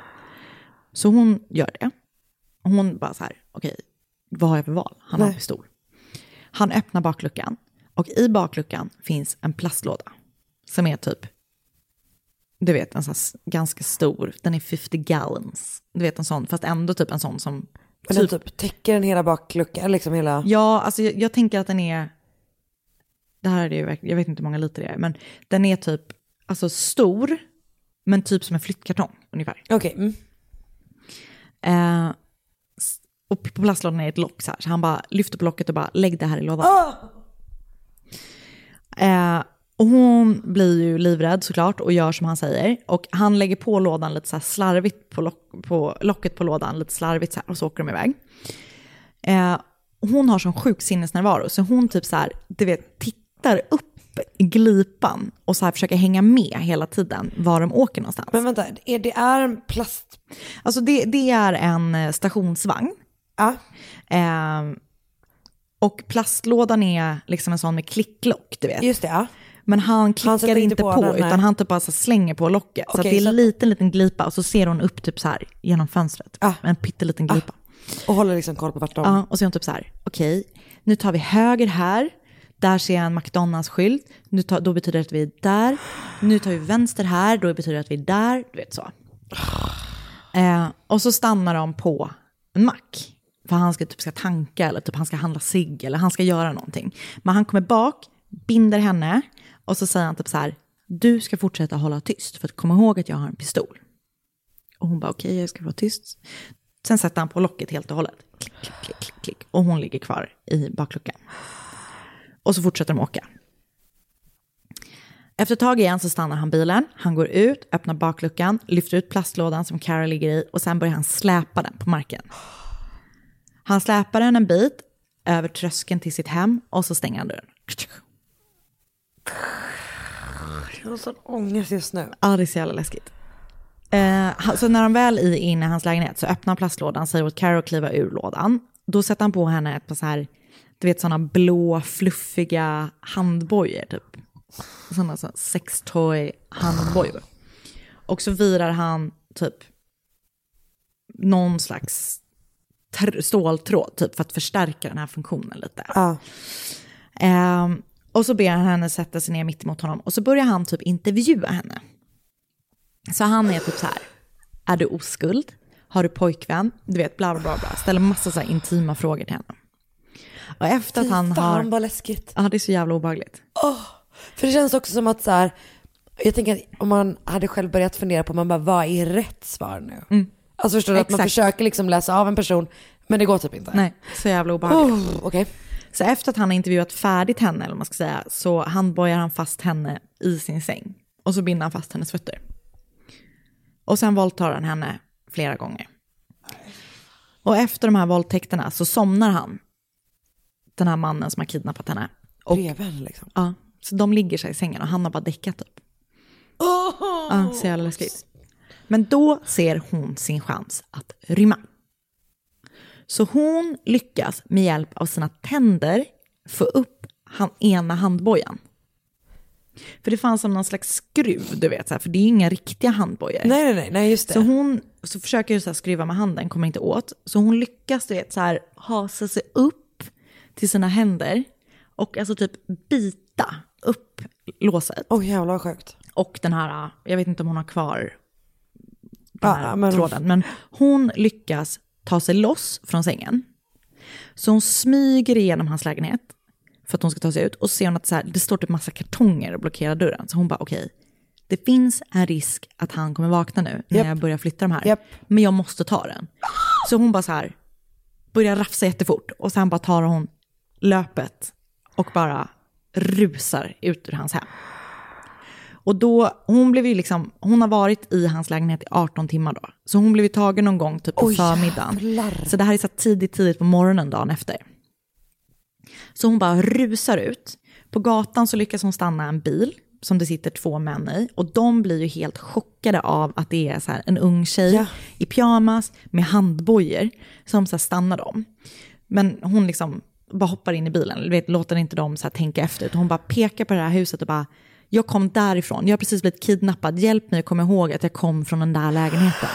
Så hon gör det. Och hon bara så här, okej, okay, vad har jag för val? Han har en pistol. Han öppnar bakluckan och i bakluckan finns en plastlåda. Som är typ, du vet, en sån ganska stor. Den är femtio gallons. Du vet, en sån, fast ändå typ en sån som Men typ, typ täcker den hela bakluckan, liksom hela... Ja, alltså jag, jag tänker att den är, det här är ju, jag vet inte hur många liter det är, men den är typ, alltså stor, men typ som en flyttkartong ungefär. Okej. Okay. Mm. Eh, och på plastlådan är ett lock så här, så han bara lyfter på locket och bara, lägg det här i lådan. Oh! Eh, Och hon blir ju livrädd såklart och gör som han säger. Och han lägger på lådan lite så här slarvigt på, lock, på locket på lådan, lite slarvigt så här, och så åker de iväg. Eh, hon har sån sjuk sinnesnärvaro så hon typ så här, du vet, tittar upp i glipan och så här försöker hänga med hela tiden var de åker någonstans. Men vänta, är det är en plast... Alltså det, det är en stationsvagn. Ja. Eh, och plastlådan är liksom en sån med klicklock, du vet. Just det, ja. Men han klickar han inte på, på den, utan han typ bara så slänger på locket. Okay, så att det är en liten, liten glipa och så ser hon upp typ så här genom fönstret. Ah. En pytteliten glipa. Ah. Och håller liksom koll på vart de... Ja, och så är hon typ så här, okej, okay, nu tar vi höger här. Där ser jag en McDonalds-skylt. Nu tar, då betyder det att vi är där. Nu tar vi vänster här, då betyder det att vi är där. Du vet så. Eh, och så stannar de på en mack. För han ska typ ska tanka eller typ han ska handla cigg eller han ska göra någonting. Men han kommer bak, binder henne och så säger han typ så här, du ska fortsätta hålla tyst för att komma ihåg att jag har en pistol. Och hon bara okej, okay, jag ska vara tyst. Sen sätter han på locket helt och hållet. Klick, klick, klick, klick, klick. Och hon ligger kvar i bakluckan. Och så fortsätter de åka. Efter ett tag igen så stannar han bilen. Han går ut, öppnar bakluckan, lyfter ut plastlådan som Cara ligger i och sen börjar han släpa den på marken. Han släpar den en bit över tröskeln till sitt hem och så stänger han dörren. Jag har sån ångest just nu. Ja, det är så jävla läskigt. Eh, så när han väl är inne i hans lägenhet så öppnar han plastlådan, säger åt Cara att kliva ur lådan. Då sätter han på henne ett par så här, du vet, sådana blå, fluffiga handbojor typ. Sådana så sextoy handbojor. Och så virar han typ någon slags ter- ståltråd typ för att förstärka den här funktionen lite. Ja. Eh, och så ber han henne sätta sig ner mitt emot honom. Och så börjar han typ intervjua henne. Så han är typ så här: är du oskuld? Har du pojkvän? Du vet, bla bla bla bla. Ställer massa så här intima frågor till henne. Och efter att han har... Fan vad läskigt. Ja, det är så jävla obehagligt. Oh, för det känns också som att så här, jag tänker att om man hade själv börjat fundera på, man bara, vad är rätt svar nu? Mm. Alltså förstår du, att man försöker liksom läsa av en person, men det går typ inte. Nej, så jävla obehagligt. Oh, okay. Så efter att han har intervjuat färdigt henne, eller vad man ska säga, så handbojar han fast henne i sin säng. Och så binder han fast hennes fötter. Och sen våldtar han henne flera gånger. Och efter de här våldtäkterna så somnar han, den här mannen som har kidnappat henne. Och, Reven, liksom. Ja, så de ligger sig i sängen och han har bara däckat upp. Oh! Ja, så jävla läskigt. Men då ser hon sin chans att rymma. Så hon lyckas med hjälp av sina tänder få upp han, ena handbojan. För det fanns som någon slags skruv, du vet, så här, för det är ju inga riktiga handbojor. Nej, nej, nej, nej, just det. Så hon så försöker ju så här skruva med handen, kommer inte åt. Så hon lyckas, du vet, så här hasa sig upp till sina händer och alltså typ bita upp låset. Åh, oh, jävlar vad sjukt. Och den här, jag vet inte om hon har kvar den här ja, men... tråden, men hon lyckas ta sig loss från sängen. Så hon smyger igenom hans lägenhet för att hon ska ta sig ut. Och ser hon att så här, det står typ massa kartonger och blockerar dörren. Så hon bara, okej, okay, det finns en risk att han kommer vakna nu när yep. jag börjar flytta de här. Yep. Men jag måste ta den. Så hon bara så här, börjar rafsa jättefort. Och sen bara tar hon löpet och bara rusar ut ur hans hem. Och då, hon blev ju liksom, hon har varit i hans lägenhet i arton timmar då. Så hon blev ju tagen någon gång typ på oh, förmiddagen. Jävlar. Så det här är så tidigt, tidigt på morgonen dagen efter. Så hon bara rusar ut. På gatan så lyckas hon stanna en bil som det sitter två män i. Och de blir ju helt chockade av att det är så här en ung tjej ja. i pyjamas med handbojor som så här stannar dem. Men hon liksom bara hoppar in i bilen. Vet, låter inte dem så här tänka efter. Utan hon bara pekar på det här huset och bara, jag kom därifrån. Jag har precis blivit kidnappad. Hjälp mig att komma ihåg att jag kom från den där lägenheten.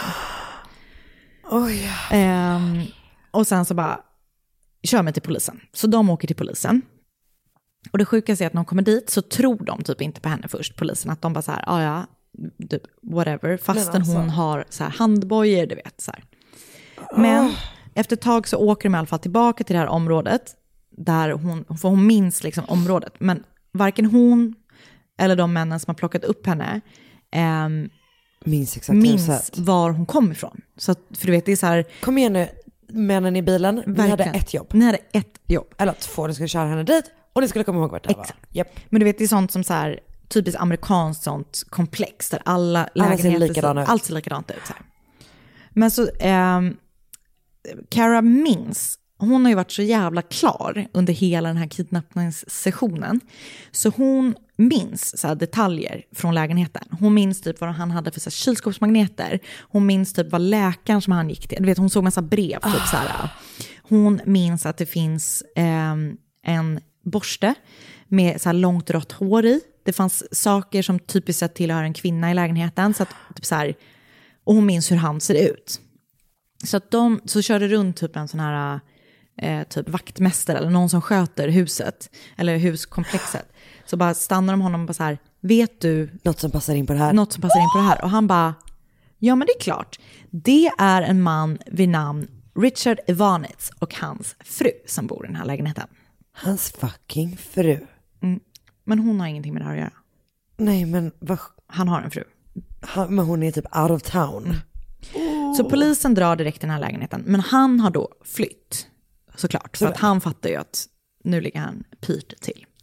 Oh, ja. um, och sen så bara, kör mig till polisen. Så de åker till polisen. Och det sjukaste är att när de kommer dit så tror de typ inte på henne först, polisen. Att de bara så här, ah, ja, typ whatever. Fastän alltså, hon har så här handbojor, du vet. Så här. Men oh. efter ett tag så åker de i alla fall tillbaka till det här området. Där hon, för hon minns liksom området. Men varken hon eller de männen som har plockat upp henne eh, minns, exakt minns var hon kom ifrån. Så att, för du vet, det är så här... Kom igen nu, männen i bilen. Verkligen. Ni hade ett jobb. Ni hade ett jobb. Eller två, ni skulle köra henne dit. Och ni skulle komma ihåg vart det var. Yep. Men du vet, det är sånt som så här, typiskt amerikanskt sånt komplex. Där alla lägenheter ser likadana ut. Allt ser likadant ut. Så här. Men så, eh, Cara minns, hon har ju varit så jävla klar under hela den här kidnappningssessionen. Så hon minns så här detaljer från lägenheten. Hon minns typ vad han hade för så här kylskåpsmagneter. Hon minns typ vad läkaren som han gick till. Du vet, hon såg massa brev. Typ, oh. så här. Hon minns att det finns eh, en borste med så här långt rått hår i. Det fanns saker som typiskt sett tillhör en kvinna i lägenheten. Så att, typ så här, och hon minns hur han ser ut. Så att de så körde runt typ en sån här eh, typ vaktmästare eller någon som sköter huset eller huskomplexet. Så bara stannar de honom och bara så här, vet du något som passar in på det här? Något som passar in på det här. Och han bara, ja men det är klart. Det är en man vid namn Richard Ivanitz och hans fru som bor i den här lägenheten. Hans fucking fru. Mm. Men hon har ingenting med det här att göra. Nej, men vad... Han har en fru. Han, men hon är typ out of town. Mm. Oh. Så polisen drar direkt till den här lägenheten. Men han har då flytt. Såklart. Så att han fattar ju att nu ligger han pyrt till.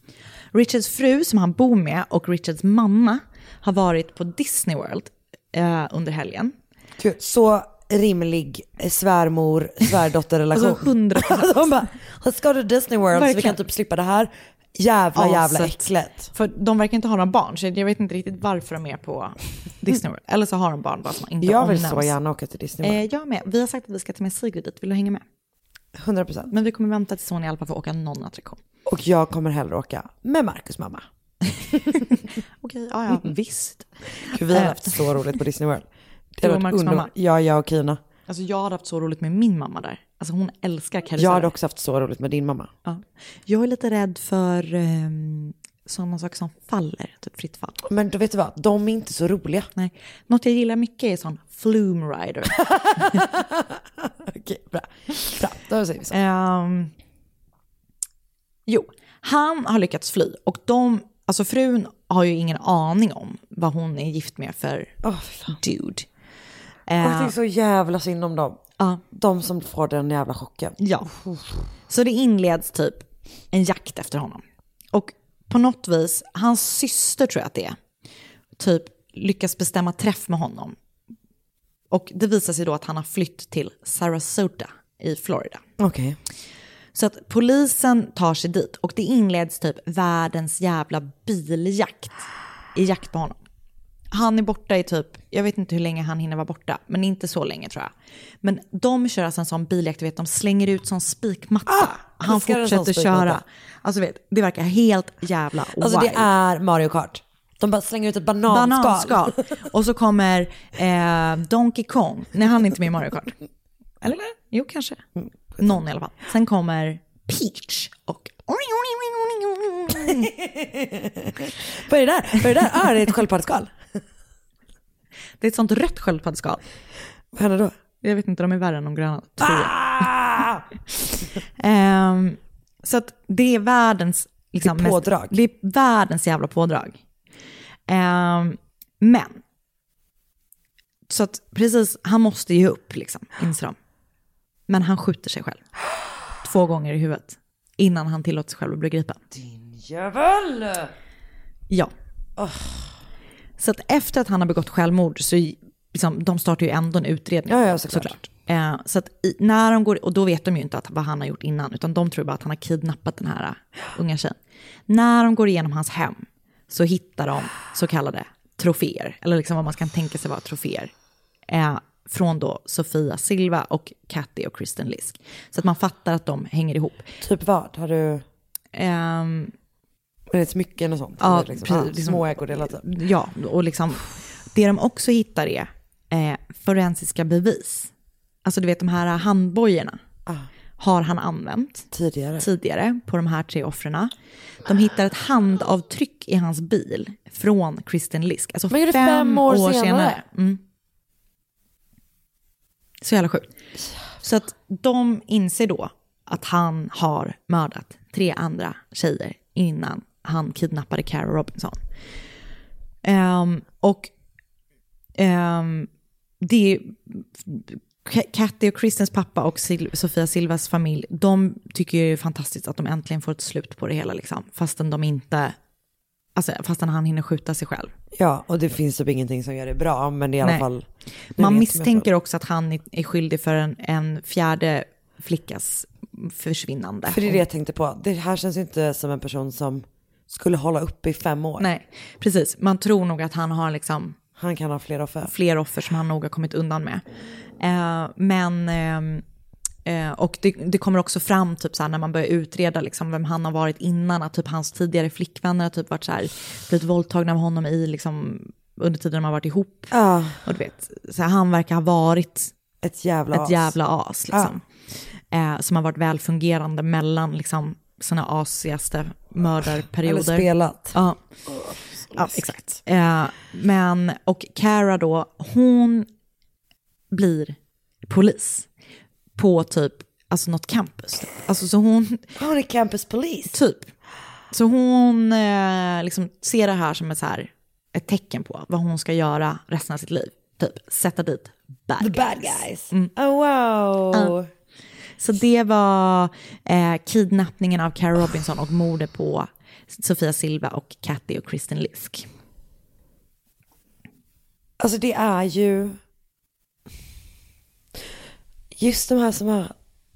Richards fru som han bor med och Richards mamma har varit på Disney World eh, under helgen. Gud, så rimlig svärmor, svärdotterrelation. Alltså hundra procent. De bara, let's go to Disney World. Verkligen. Så vi kan typ slippa det här jävla ja, jävla äcklet. För de verkar inte ha några barn, så jag vet inte riktigt varför de är på Disney World. Eller så har de barn bara som inte jag vill omnämns. så gärna åka till Disney World. Eh, jag med. Vi har sagt att vi ska ta med Sigrid dit. Vill du hänga med? hundra procent. Men vi kommer vänta tills hon i alla fall får åka någon attraktion. Och jag kommer hellre åka med Marcus mamma. Okej, ja, ja, visst. Gud, vi har haft så roligt på Disney World. Det Du har och varit Marcus underbart. mamma? Ja, jag och Kina. Alltså jag har haft så roligt med min mamma där. Alltså hon älskar karuseller. Jag hade också haft så roligt med din mamma. Ja. Jag är lite rädd för um, sådana saker som faller, typ fritt fall. Men då vet du vad, de är inte så roliga. Nej. Något jag gillar mycket är sån flume rider. Okej, bra. Bra, då säger vi så. Um, jo, han har lyckats fly och de, alltså frun har ju ingen aning om vad hon är gift med för oh, dude. Och det är så jävla synd om dem. Ja. De som får den jävla chocken. Ja. Så det inleds typ en jakt efter honom. Och på något vis, hans syster tror jag att det är, typ lyckas bestämma träff med honom. Och det visar sig då att han har flytt till Sarasota i Florida. Okej. Okay. Så att polisen tar sig dit och det inleds typ världens jävla biljakt i jakt på honom. Han är borta i typ, jag vet inte hur länge han hinner vara borta, men inte så länge tror jag. Men de kör alltså en sån biljakt, vet, de slänger ut sån spikmatta. Ah, han fortsätter köra. Alltså vet, det verkar helt jävla wild. Alltså det är Mario Kart. De bara slänger ut ett bananskal. bananskal. Och så kommer eh, Donkey Kong. Nej, han är inte med i Mario Kart. Eller? Jo, kanske. Någon i alla fall. Sen kommer Peach och... Vad är det där? Vad är det där? Ah, det är ett sköldpaddsskal. Det är ett sånt rött sköldpaddsskal. Vad händer då? Jag vet inte, de är värre än de gröna. Ah! um, så att det är världens... Liksom, det är pådrag. Mest, det är världens jävla pådrag. Um, men... Så att precis, han måste ge upp liksom, inser de. Men han skjuter sig själv. Två gånger i huvudet. Innan han tillåter sig själv att bli gripen. Din jävel! Ja. Oh. Så att efter att han har begått självmord så liksom, de startar ju ändå en utredning. Ja, ja, såklart. såklart. Eh, så att i, när de går, och då vet de ju inte att, vad han har gjort innan, utan de tror bara att han har kidnappat den här uh, unga tjejen. När de går igenom hans hem så hittar de så kallade troféer, eller liksom vad man kan tänka sig vara troféer. Eh, från då Sofia Silva och Kathy och Kristen Lisk. Så att man fattar att de hänger ihop. Typ vad? Har du... Um, är det smycken och sånt? Ja, liksom, precis. ah, Liksom, små ägodelar typ. Ja, och liksom... Det de också hittar är eh, forensiska bevis. Alltså du vet, de här handbojorna ah. har han använt tidigare. tidigare på de här tre offrena. De hittar ett handavtryck i hans bil från Kristen Lisk. Alltså Men är det fem, fem år, år senare. senare? Mm. Så jävla sjukt. Så att de inser då att han har mördat tre andra tjejer innan han kidnappade Cara Robinson. Um, och um, det är Kathy och Kristens pappa och Sil- Sofia Silvas familj, de tycker ju det är fantastiskt att de äntligen får ett slut på det hela liksom, fastän de inte, alltså fastän han hinner skjuta sig själv. Ja, och det finns typ ingenting som gör det bra, men det är i alla Nej. fall... Man misstänker också att han är skyldig för en, en fjärde flickas försvinnande. För det är det jag tänkte på. Det här känns ju inte som en person som skulle hålla uppe i fem år. Nej, precis. Man tror nog att han har liksom... Han kan ha fler offer. Fler offer som han nog har kommit undan med. Eh, men... Eh, och det, det kommer också fram typ så här, när man börjar utreda liksom, vem han har varit innan. Att typ hans tidigare flickvänner har typ varit så här, blivit våldtagna av honom i liksom, under tiden de har varit ihop. Ah. Och du vet, så här, han verkar ha varit ett jävla ett as. Jävla as liksom. Ah. Eh, som har varit välfungerande mellan liksom, såna asigaste mördarperioder. Eller spelat. Ja, ja exakt. Eh, men, och Cara då, hon blir polis på typ, alltså något campus. Alltså så hon... Hon är campuspolis. Typ. Så hon eh, liksom ser det här som ett, så här, ett tecken på vad hon ska göra resten av sitt liv. Typ, sätta dit bad The guys. bad guys. Mm. Oh wow. Uh. Så det var eh, kidnappningen av Cara Robinson och mordet på Sofia Silva och Kathy och Kristen Lisk. Alltså det är ju just de här som har,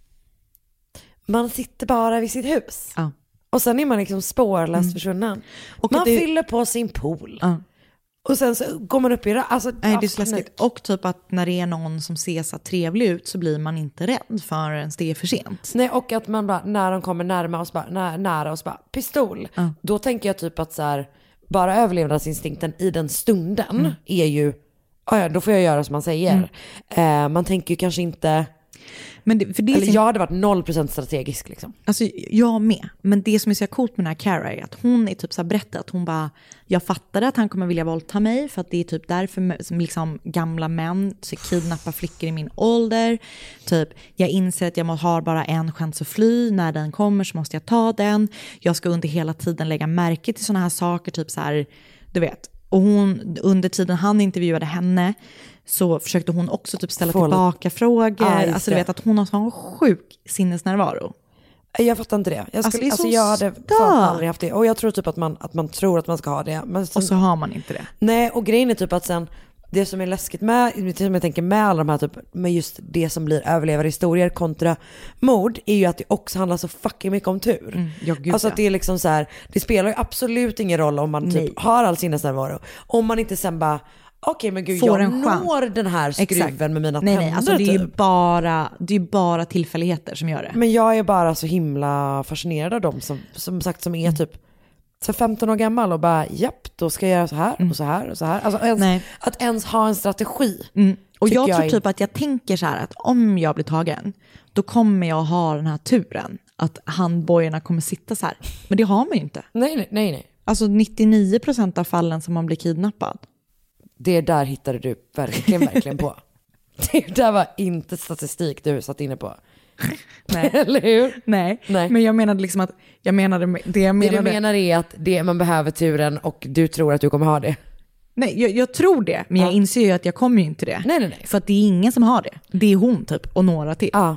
man sitter bara vid sitt hus. Ja. Och sen är man liksom spårlöst mm. försvunnen. Och man det... fyller på sin pool. Ja. Och sen så går man upp i det. Alltså, nej, det är så läskigt. Och typ att när det är någon som ser så trevlig ut så blir man inte rädd förrän det är för sent. Nej, och att man bara, när de kommer närmare oss bara, när, nära oss bara, pistol. Ja. Då tänker jag typ att så här, bara överlevnadsinstinkten i den stunden mm. är ju, ja, då får jag göra som man säger. Mm. Eh, man tänker ju kanske inte... Men det, för det Eller som, jag hade varit noll procent strategisk liksom. Alltså jag med. Men det som är så coolt med den här Cara är att hon är typ så här berättat. Hon bara, jag fattade att han kommer vilja våldta mig. För att det är typ därför som liksom gamla män så kidnappar flickor i min ålder. Typ, jag inser att jag har bara en chans att fly. När den kommer så måste jag ta den. Jag ska under hela tiden lägga märke till såna här saker. Typ så här, du vet. Och hon, under tiden han intervjuade henne så försökte hon också typ ställa Få tillbaka lite. frågor. Ah, alltså du vet att hon har sån sjuk sinnesnärvaro. Jag fattar inte det. Jag, skulle, alltså, alltså, jag hade fan aldrig haft det. Och jag tror typ att man, att man tror att man ska ha det. Men sen, och så har man inte det. Nej, och grejen är typ att sen, det som är läskigt med, det som jag tänker med alla de här typ, med just det som blir överlevarhistorier kontra mord, är ju att det också handlar så fucking mycket om tur. Mm, ja, gud, alltså ja. att det är liksom så här, det spelar ju absolut ingen roll om man typ har all sinnesnärvaro. Om man inte sen bara, okej okay, men gud, får jag en når chans. den här skruven Exakt. med mina nej, tänder. Nej, alltså det är ju typ. bara, det är bara tillfälligheter som gör det. Men jag är bara så himla fascinerad av dem som, som sagt som är typ så femton år gammal och bara, japp, då ska jag göra så här och så här och så här. Alltså ens, att ens ha en strategi. Mm. Och jag, jag tror är... typ att jag tänker så här att om jag blir tagen, då kommer jag ha den här turen att handbojorna kommer sitta så här. Men det har man ju inte. Nej, nej, nej. nej. Alltså nittionio procent av fallen som man blir kidnappad. Det där hittade du verkligen, verkligen på. Det där var inte statistik du satt inne på. Nej. Eller hur? Nej. Nej, men jag menade liksom att jag menade det jag menade. Det du menar är att det, man behöver turen och du tror att du kommer ha det. Nej, jag, jag tror det, men ja. jag inser ju att jag kommer ju inte det. Nej, nej, nej. För att det är ingen som har det. Det är hon typ och några till. Ja.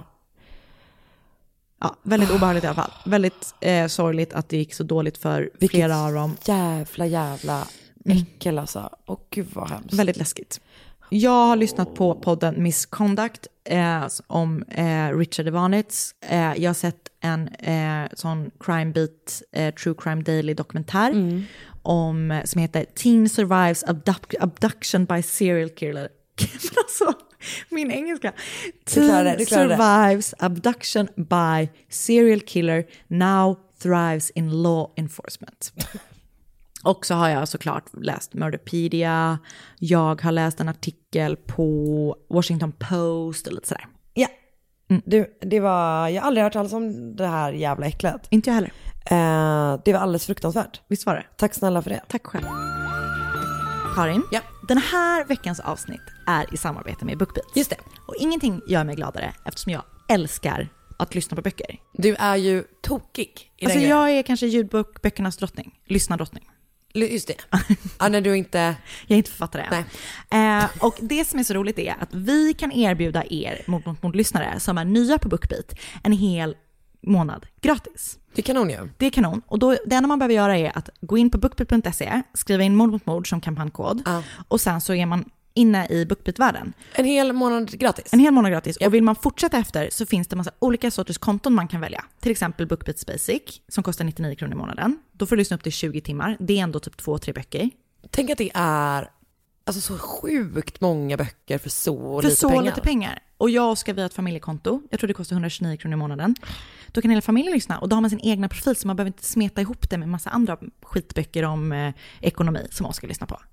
Ja, väldigt obehagligt i alla fall. Väldigt eh, sorgligt att det gick så dåligt för Vilket flera av dem. jävla, jävla äckel alltså. Och gud vad hemskt. Väldigt läskigt. Jag har lyssnat på podden Misconduct eh, om eh, Richard Ivanitz. Eh, jag har sett en eh, sån crime beat, eh, True Crime Daily dokumentär mm. om, som heter Teen Survives Abduct- Abduction by Serial Killer. alltså, min engelska. Teen det, Survives det. Abduction by Serial Killer Now Thrives in Law Enforcement. Och så har jag såklart läst Murderpedia. Jag har läst en artikel på Washington Post och lite sådär. Ja, mm. du, det var, jag har aldrig hört talas om det här jävla äcklet. Inte jag heller. Eh, det var alldeles fruktansvärt. Visst var det? Tack snälla för det. Tack själv. Karin, ja. Den här veckans avsnitt är i samarbete med BookBeat. Just det. Och ingenting gör mig gladare eftersom jag älskar att lyssna på böcker. Du är ju tokig i Alltså den jag är kanske ljudböckernas drottning. Lyssnardrottning. Just det. Ja, när du inte... Jag är inte författare än. Eh, och det som är så roligt är att vi kan erbjuda er mot mot mot lyssnare som är nya på BookBeat en hel månad gratis. Det är kanon ju. Det är kanon. Och då, det enda man behöver göra är att gå in på bookbeat punkt se, skriva in mord mot mord som kampanjkod uh. och sen så är man inne i BookBeat-världen. En hel månad gratis? En hel månad gratis. Yep. Och vill man fortsätta efter så finns det en massa olika sorters konton man kan välja. Till exempel BookBeat Basic som kostar nittionio kronor i månaden. Då får du lyssna upp till tjugo timmar. Det är ändå typ två, tre böcker. Tänk att det är alltså så sjukt många böcker för så för lite så pengar. lite pengar. Och jag ska via ett familjekonto. Jag tror det kostar etthundratjugonio kronor i månaden. Då kan hela familjen lyssna. Och då har man sin egna profil så man behöver inte smeta ihop det med massa andra skitböcker om eh, ekonomi som man ska lyssna på.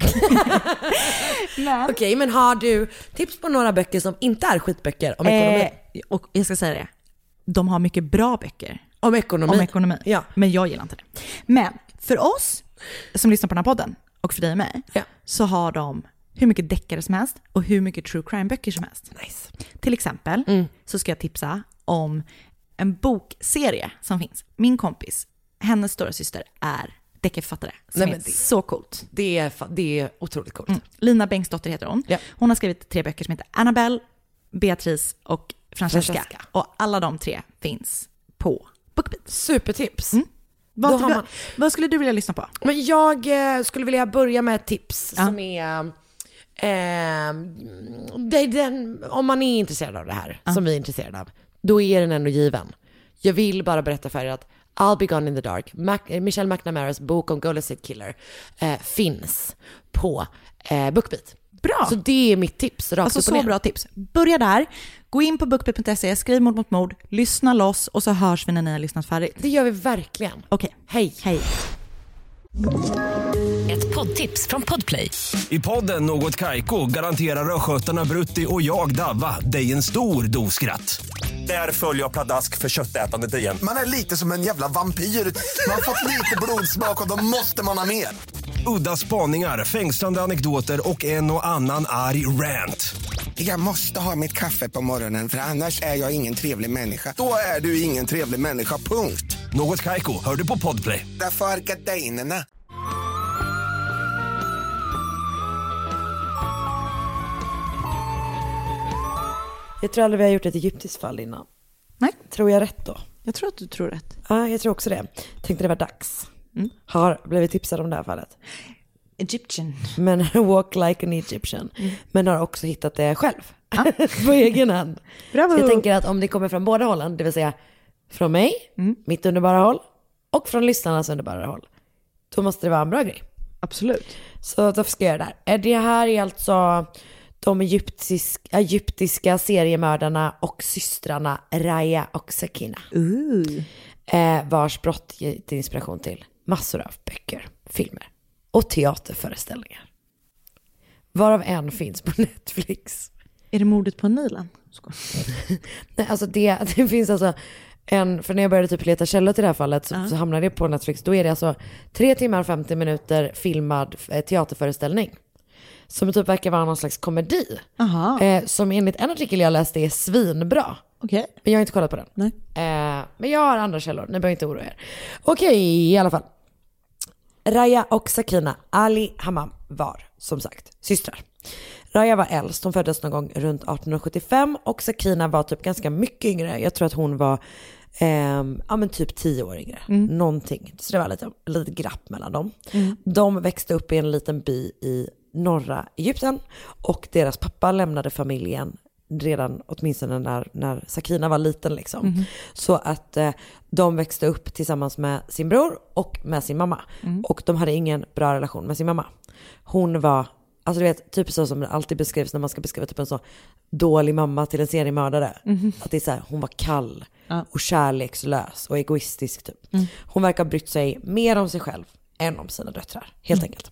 men. Okej, okay, men har du tips på några böcker som inte är skitböcker om ekonomi? Eh, och jag ska säga det. De har mycket bra böcker. Om ekonomi? Om ekonomi. Ja. Men jag gillar inte det. Men för oss som lyssnar på den här podden och för dig och mig ja. så har de hur mycket deckare som helst och hur mycket true crime-böcker som helst. Nice. Till exempel mm. så ska jag tipsa om en bokserie som finns. Min kompis, hennes stora syster är deckarförfattare. Som Nej, är det, så coolt. Det är, det är otroligt coolt. Mm. Lina Bengtsdotter heter hon. Ja. Hon har skrivit tre böcker som heter Annabelle, Beatrice och Francesca. Francesca. Och alla de tre finns på BookBeat. Supertips. Mm. Vad, har man... vad skulle du vilja lyssna på? Men jag eh, skulle vilja börja med ett tips ja. som är eh, det är den, om man är intresserad av det här ja. som vi är intresserade av, då är den ändå given. Jag vill bara berätta för er att I'll Be Gone in the Dark, Mac- Michelle McNamaras bok om Golden State Killer eh, finns på eh, BookBeat. Bra. Så det är mitt tips. Alltså så bra tips. Börja där, gå in på bookbeat punkt se, skriv mord mot mord, lyssna loss och så hörs vi när ni har lyssnat färdigt. Det gör vi verkligen. Okej, okay. Hej. Hej. Ett poddtips från Podplay. I podden Något Kaiko garanterar röskötarna Brutti och jag Davva dig en stor doskratt. Där följer jag pladask för köttätandet igen. Man är lite som en jävla vampyr. Man har fått lite blodsmak och då måste man ha mer. Udda spaningar, fängslande anekdoter och en och annan arg rant. Jag måste ha mitt kaffe på morgonen för annars är jag ingen trevlig människa. Då är du ingen trevlig människa, punkt. Något Kaiko, hör du på Podplay. Därför är gardinerna. Jag tror aldrig vi har gjort ett egyptiskt fall innan. Nej. Tror jag rätt då? Jag tror att du tror rätt. Ja, jag tror också det. Tänkte det var dags. Mm. Har blivit tipsad om det här fallet. Egyptian. Men walk like an Egyptian. Mm. Men har också hittat det själv. Ah. På egen hand. Bravo. Så jag tänker att om det kommer från båda hållen, det vill säga från mig, mm. mitt underbara håll, och från lyssnarnas underbara håll, då måste det vara en bra grej. Absolut. Så därför ska jag göra det här. Det här är alltså de egyptisk, egyptiska seriemördarna och systrarna Raya och Sakina. Uh. Eh, vars brott ger inspiration till massor av böcker, filmer och teaterföreställningar. Varav en finns på Netflix. Är det mordet på Nilen? Nej, alltså det, det finns alltså en, för när jag började typ leta källor till det här fallet så, uh. så hamnade det på Netflix. Då är det alltså tre timmar och femtio minuter filmad eh, teaterföreställning. Som typ verkar vara någon slags komedi. Eh, som enligt en artikel jag läste är svinbra. Okay. Men jag har inte kollat på den. Nej. Eh, men jag har andra källor, ni behöver inte oroa er. Okej, okay, i alla fall. Raya och Sakina Ali Hammam var, som sagt, systrar. Raya var äldst, hon föddes någon gång runt arton sjuttiofem och Sakina var typ ganska mycket yngre. Jag tror att hon var eh, ja, men typ tio år yngre. Mm. Någonting. Så det var lite, lite glapp mellan dem. Mm. De växte upp i en liten by i norra Egypten och deras pappa lämnade familjen redan åtminstone när, när Sakina var liten liksom. Mm. Så att eh, de växte upp tillsammans med sin bror och med sin mamma. Mm. Och de hade ingen bra relation med sin mamma. Hon var, alltså du vet, typ så som det alltid beskrivs när man ska beskriva typ en så dålig mamma till en seriemördare. Mm. Att det är så här, hon var kall ja. och kärlekslös och egoistisk typ. Mm. Hon verkar ha brytt sig mer om sig själv än om sina döttrar, helt mm. enkelt.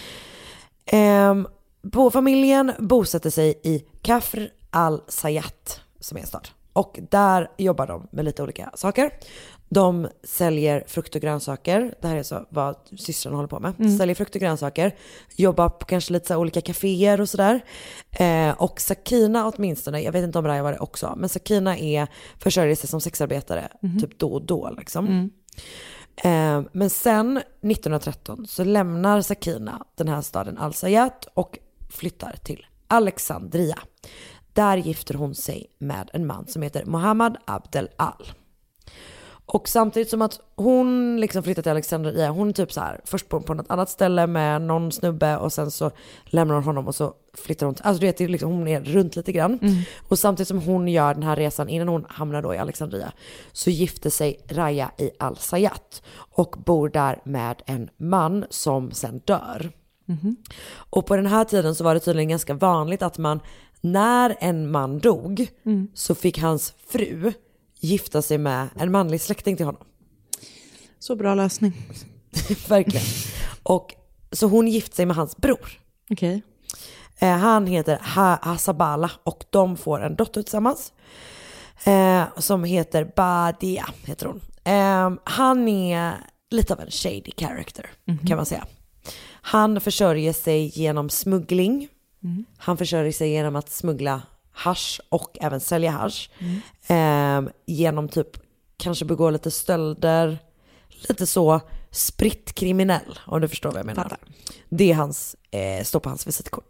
Um, på familjen bosatte sig i Kafr al-Sayat som är en stad. Och där jobbar de med lite olika saker. De säljer frukt och grönsaker. Det här är så vad systrarna håller på med. Mm. Säljer frukt och grönsaker. Jobbar på kanske lite så olika kaféer och sådär. Eh, och Sakina åtminstone, jag vet inte om Raya var det också, men Sakina är försörjer sig som sexarbetare mm. typ då och då liksom. Mm. Eh, men sen nittonhundratretton så lämnar Sakina den här staden Al-Sayat och flyttar till Alexandria. Där gifter hon sig med en man som heter Mohammed Abdel Al. Och samtidigt som att hon liksom flyttar till Alexandria, hon är typ så här, först på, på något annat ställe med någon snubbe och sen så lämnar hon honom och så flyttar hon till, alltså du vet, liksom, hon är runt lite grann. Mm. Och samtidigt som hon gör den här resan innan hon hamnar då i Alexandria så gifter sig Raya i Al-Sayat och bor där med en man som sen dör. Mm. Och på den här tiden så var det tydligen ganska vanligt att man, när en man dog mm. så fick hans fru gifta sig med en manlig släkting till honom. Så bra lösning. Verkligen. Och så hon gifte sig med hans bror. Okej. Okay. Eh, han heter ha- Hasabala och de får en dotter tillsammans. Eh, som heter Badia, heter hon. Eh, han är lite av en shady character, mm-hmm. kan man säga. Han försörjer sig genom smuggling. Mm. Han försörjer sig genom att smuggla hasch och även sälja hasch. Mm. Eh, genom typ kanske begå lite stölder. Lite så spritkriminell, om du förstår vad jag menar. Fattar. Det är hans, eh, står på hans visitkort.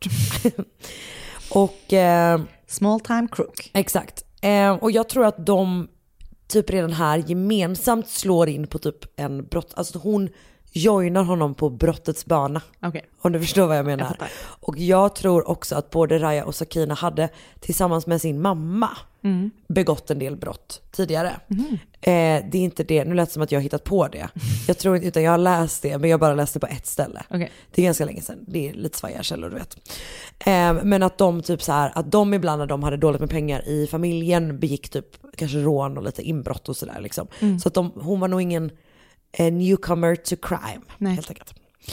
och... Eh, Small time crook. Exakt. Eh, och jag tror att de typ redan här gemensamt slår in på typ en brott. Alltså hon joinar honom på brottets bana. Okay. Om du förstår vad jag menar. Jag och jag tror också att både Raya och Sakina hade tillsammans med sin mamma mm. begått en del brott tidigare. Mm. Eh, det är inte det, nu lät det som att jag har hittat på det. Jag tror inte, utan jag har läst det, men jag bara läste på ett ställe. Okay. Det är ganska länge sedan, det är lite svajiga källor, du vet. Eh, men att de typ så här, att de ibland när de hade dåligt med pengar i familjen begick typ kanske rån och lite inbrott och sådär liksom. Mm. Så att de, hon var nog ingen a newcomer to crime. Nej. Helt enkelt.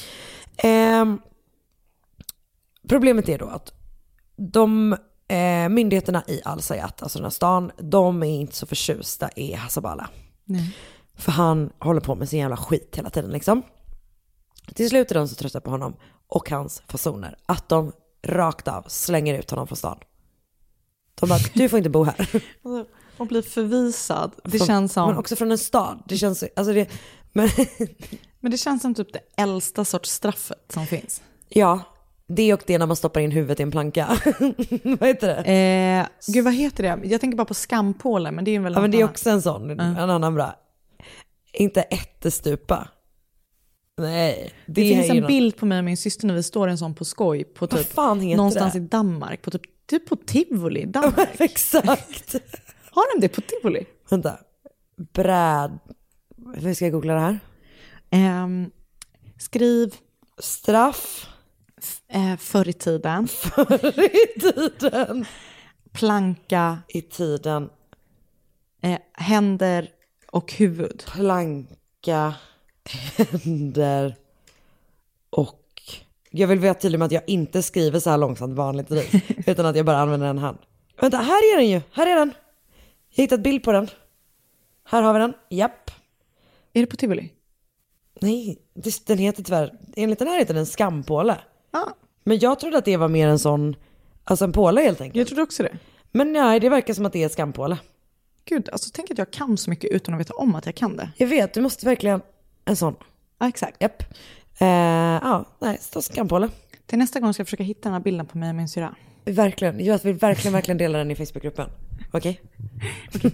Eh, problemet är då att de eh, myndigheterna i Al-Sayat, alltså den här stan, de är inte så förtjusta i Hasabala. Nej. För han håller på med sin jävla skit hela tiden liksom. Till slut är de så trötta på honom och hans fasoner att de rakt av slänger ut honom från stan. De bara, du får inte bo här. Och blir förvisad. Det från, känns som... Men också från en stad. Det känns, alltså det, men... men det känns som typ det äldsta sorts straffet som finns. Ja, det och det när man stoppar in huvudet i en planka. Vad heter det? Eh, gud, vad heter det? Jag tänker bara på skampålen, men det är väl... Ja, men det är också en sån, mm. en annan bra. Inte ättestupa. Nej. Det, det finns en något... bild på mig och min syster när vi står en sån på skoj på typ någonstans det? i Danmark. På typ, typ på Tivoli i Danmark. Exakt. Har de det på Tivoli? Vänta. Bräd... Hur ska jag googla det här? Um, skriv... Straff. F- eh, förr i tiden. Förr i tiden. Planka. I tiden. Eh, händer och huvud. Planka. Händer. Och... Jag vill vara tydlig med att jag inte skriver så här långsamt vanligtvis. Utan att jag bara använder en hand. Vänta, här är den ju. Här är den. Jag har hittat bild på den. Här har vi den. Japp. Är det på Tivoli? Nej, den heter tyvärr... Enligt den här heter den skampåle. Ah. Men jag trodde att det var mer en sån... Alltså en påle helt enkelt. Jag trodde också det. Men nej, det verkar som att det är skampåle. Gud, alltså tänk att jag kan så mycket utan att veta om att jag kan det. Jag vet, du måste verkligen... En sån. Ja, exakt. Japp. Eh, ja, nej, står skampåle. Till nästa gång ska jag försöka hitta den här bilden på mig och min syra. Verkligen. Jag vill verkligen, verkligen dela den i Facebookgruppen. Okej? Okay?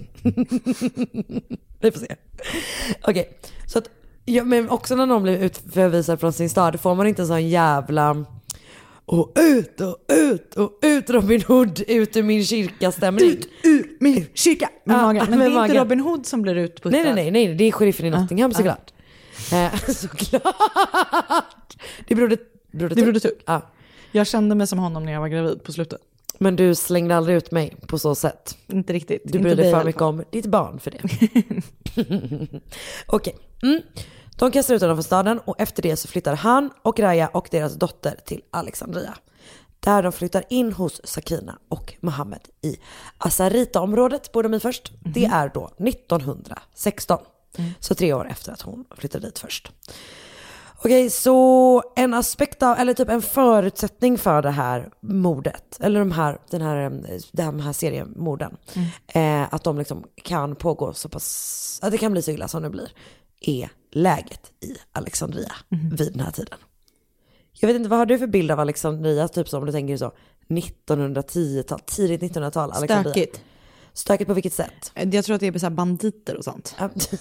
Vi får se. Okej, okay. Så att... Ja, men också när någon blir utförvisad från sin stad får man inte en sån jävla och ut och ut och ut Robin Hood ut ur min kyrka stämning. Ut ur min kyrka med ja, magen. Men med det är magen. Inte Robin Hood som blir utputtad. Nej, nej, nej, nej, det är sheriffen i Nottingham ah, såklart. Ah. Eh, såklart. Det berodde, berodde det berodde tuck. Ja. Jag kände mig som honom när jag var gravid på slutet. Men du slängde aldrig ut mig på så sätt. Inte riktigt. Du brydde dig för mycket om ditt barn för det. Okej. Okay. Mm. De kastar ut honom från staden och efter det så flyttar han och Raya och deras dotter till Alexandria. Där de flyttar in hos Sakina och Mohammed i Asarita-området, bor de i först. Mm. Det är då nittonhundrasexton. Mm. Så tre år efter att hon flyttade dit först. Okej, så en aspekt av, eller typ en förutsättning för det här mordet, eller de här, den här, de här seriemorden, mm. eh, att de liksom kan pågå så pass, att det kan bli så illa som det blir, är läget i Alexandria mm. vid den här tiden. Jag vet inte, vad har du för bild av Alexandria, typ som du tänker så nittonhundratio-tal, tidigt nittonhundratal Alexandria? Stökigt. Stökigt på vilket sätt? Jag tror att det är så här banditer och sånt.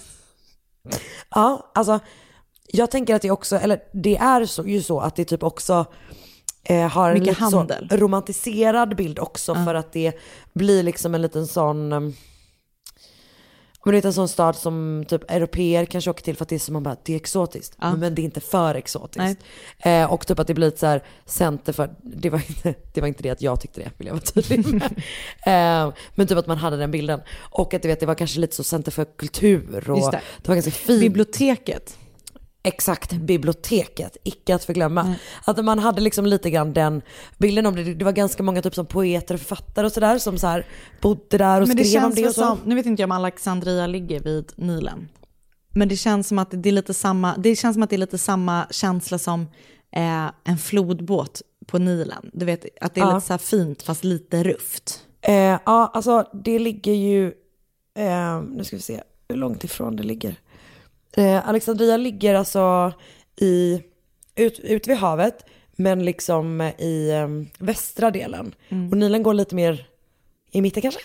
Ja, alltså jag tänker att det också, eller det är så, ju så att det typ också eh, har en lite så romantiserad bild också uh. för att det blir liksom en liten sån, um, men det är en sån stad som typ europeer kanske åker till för att det är som man bara, det är exotiskt, uh. men det är inte för exotiskt. Eh, och typ att det blir ett så här center för, det var inte det, var inte det att jag tyckte det, vill jag vara tydlig med. eh, men typ att man hade den bilden. Och att du vet, det var kanske lite så center för kultur. Och Just det. det var ganska fint. Biblioteket. Exakt, biblioteket, icke att förglömma. Mm. Att man hade liksom lite grann den bilden om det. Det var ganska många typ som poeter och författare och sådär som så här bodde där och men det skrev om det och så. Som, nu vet inte jag om Alexandria ligger vid Nilen. Men det känns som att det är lite samma, det känns som att det är lite samma känsla som eh, en flodbåt på Nilen. Du vet att det är ja. lite så här fint fast lite rufft. Eh, ja, alltså det ligger ju eh, nu ska vi se hur långt ifrån det ligger. Eh, Alexandria ligger alltså i, ut, ut vid havet, men liksom i um, västra delen. Mm. Och Nilen går lite mer i mitten kanske?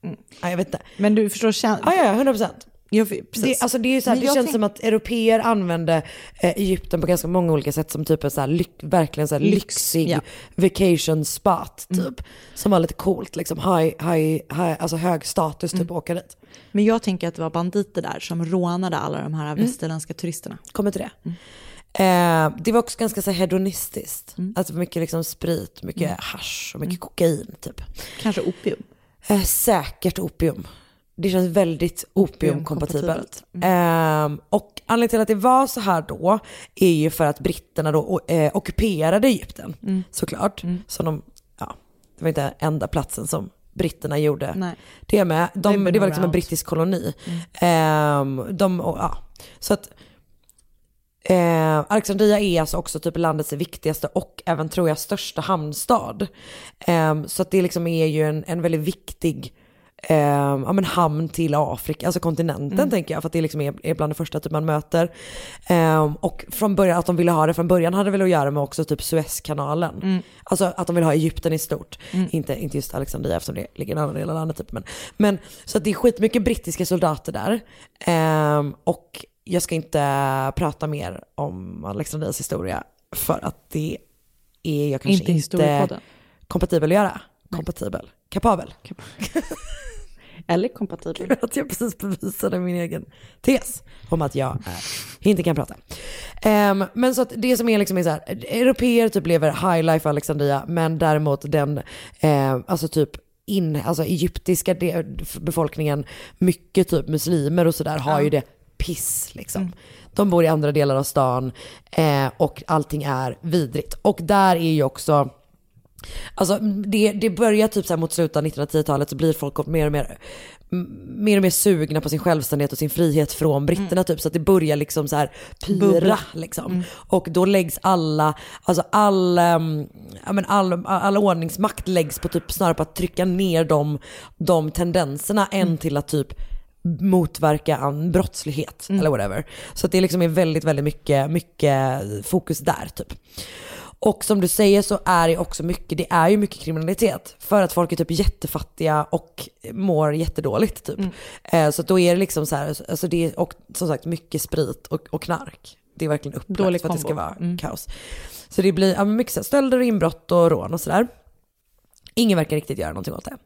Mm. Ja, jag vet inte. Men du förstår... Kän- ja, ja, hundra procent. Ja, precis. Det, alltså det, är så här, det känns tänk- som att europeer använde eh, Egypten på ganska många olika sätt som typ en så här lyx, verkligen så här Lyx, lyxig ja. vacation spot typ. Mm. Som var lite coolt, liksom high, high, high, alltså hög status typ, mm. åka dit. Men jag tänker att det var banditer där som rånade alla de här mm. västerländska turisterna. Kommer till det. Mm. Eh, det var också ganska så här hedonistiskt. Mm. Alltså mycket liksom sprit, mycket mm. hasch och mycket mm. kokain typ. Kanske opium. Eh, säkert opium. Det känns väldigt opiumkompatibelt. Mm. Eh, och anledningen till att det var så här då är ju för att britterna då eh, ockuperade Egypten. Mm. Såklart. Mm. Så de, ja, det var inte enda platsen som britterna gjorde. Nej. Det med. De, det var liksom en brittisk koloni. Mm. Eh, de, och, ja. Så att Eh, Alexandria är alltså också typ landets viktigaste och även tror jag största hamnstad. Eh, så att det liksom är ju en, en väldigt viktig eh, ja, men hamn till Afrika, alltså kontinenten mm. tänker jag, för att det liksom är, är bland det första typ man möter. Eh, och från början, att de ville ha det från början hade väl att göra med också typ Suezkanalen. Mm. Alltså att de vill ha Egypten i stort. Mm. Inte, inte just Alexandria eftersom det ligger i en annan del av landet typ. Men, men så att det är skitmycket brittiska soldater där. Eh, och jag ska inte prata mer om Alexandrias historia för att det är jag kanske inte, inte kompatibel att göra. Nej. Kompatibel. Kapabel. Kap- Eller kompatibel. Att jag precis bevisade min egen tes om att jag är, inte kan prata. Um, men så att det som är liksom är så här, europeer typ lever high life i Alexandria, men däremot den eh, alltså typ in, alltså egyptiska de, befolkningen, mycket typ muslimer och sådär har ja. ju det piss liksom. Mm. De bor i andra delar av stan eh, och allting är vidrigt. Och där är ju också, alltså det, det börjar typ så här mot slutet av nittonhundratiotalet så blir folk mer och mer mer och mer sugna på sin självständighet och sin frihet från britterna mm. typ, så att det börjar liksom så här pyra liksom. Mm. Och då läggs alla, alltså all, um, ja, men all, all ordningsmakt läggs på typ snarare på att trycka ner de, de tendenserna mm. än till att typ motverka en brottslighet mm. eller whatever. Så att det liksom är väldigt, väldigt mycket, mycket fokus där typ. Och som du säger så är det också mycket, det är ju mycket kriminalitet för att folk är typ jättefattiga och mår jättedåligt typ. Mm. Eh, så då är det liksom så här, alltså det är, och som sagt mycket sprit och, och knark. Det är verkligen upplagt för att det ska vara mm. kaos. Så det blir ja, mycket så här, stölder och inbrott och rån och sådär. Ingen verkar riktigt göra någonting åt det.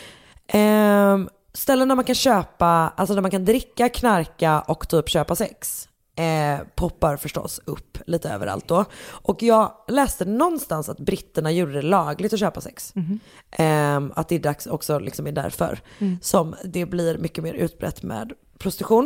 Eh, ställen där man kan köpa, alltså där man kan dricka, knarka och typ köpa sex. Eh, poppar förstås upp lite överallt då. Och jag läste någonstans att britterna gjorde det lagligt att köpa sex. Mm. Eh, att det är dags också liksom är därför mm. som det blir mycket mer utbrett med prostitution.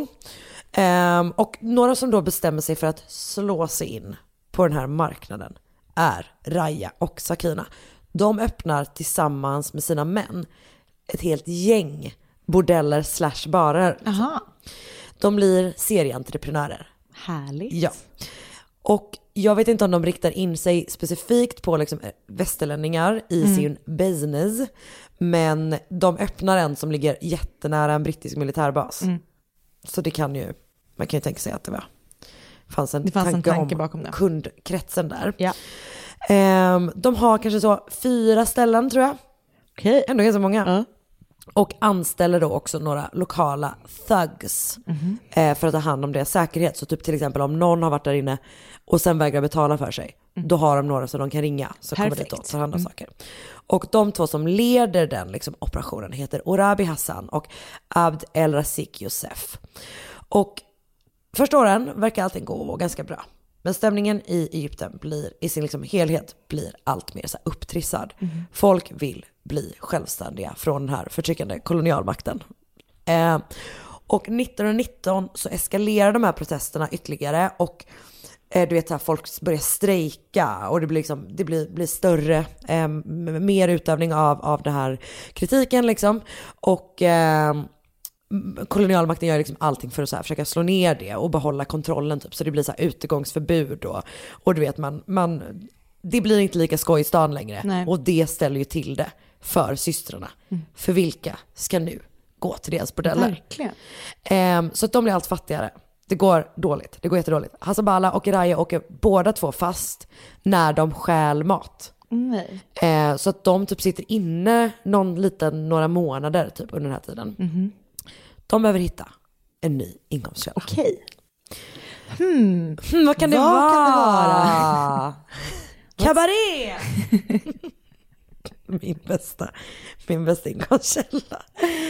Eh, och några som då bestämmer sig för att slå sig in på den här marknaden är Raya och Sakina. De öppnar tillsammans med sina män ett helt gäng bordeller slash barer. Aha. De blir serieentreprenörer. Härligt. Ja. Och jag vet inte om de riktar in sig specifikt på liksom västerlänningar i mm. sin business. Men de öppnar en som ligger jättenära en brittisk militärbas. Mm. Så det kan ju, man kan ju tänka sig att det var fanns en, det fanns tanke, en tanke om bakom det. Kundkretsen där. Ja. Um, de har kanske så fyra ställen tror jag. Okej. Ändå ganska många. Ja. Och anställer då också några lokala thugs mm-hmm. eh, för att ta hand om deras säkerhet. Så typ till exempel om någon har varit där inne och sen vägrar betala för sig. Mm. Då har de några som de kan ringa. Så Perfekt. Kommer det då ta hand om mm. saker. Och de två som leder den liksom, operationen heter Orabi Hassan och Abd El Rasik Youssef. Och första åren verkar allting gå ganska bra. Men stämningen i Egypten blir i sin liksom helhet blir allt mer så här upptrissad. Mm. Folk vill bli självständiga från den här förtryckande kolonialmakten. Eh, och nittonhundranitton så eskalerar de här protesterna ytterligare och eh, du vet här, folk börjar strejka och det blir liksom det blir, blir större eh, mer utövning av av den här kritiken liksom och eh, kolonialmakten gör liksom allting för att så här försöka slå ner det och behålla kontrollen typ, så det blir så här utegångsförbud och, och du vet man, man det blir inte lika skoj i stan längre. Nej. Och det ställer ju till det för systrarna. Mm. För vilka ska nu gå till deras bordeller? Verkligen. Um, så att de blir allt fattigare. Det går dåligt, det går jättedåligt. Hasabala och Raya åker båda två fast när de stjäl mat. Nej. Eh, så att de typ sitter inne någon liten, några månader typ under den här tiden. Mm-hmm. De behöver hitta en ny inkomstkälla. Okej. Hmm. Hmm, vad kan det vad vara? Kan det vara? Kabaré! min bästa, min bästa inkomstkälla.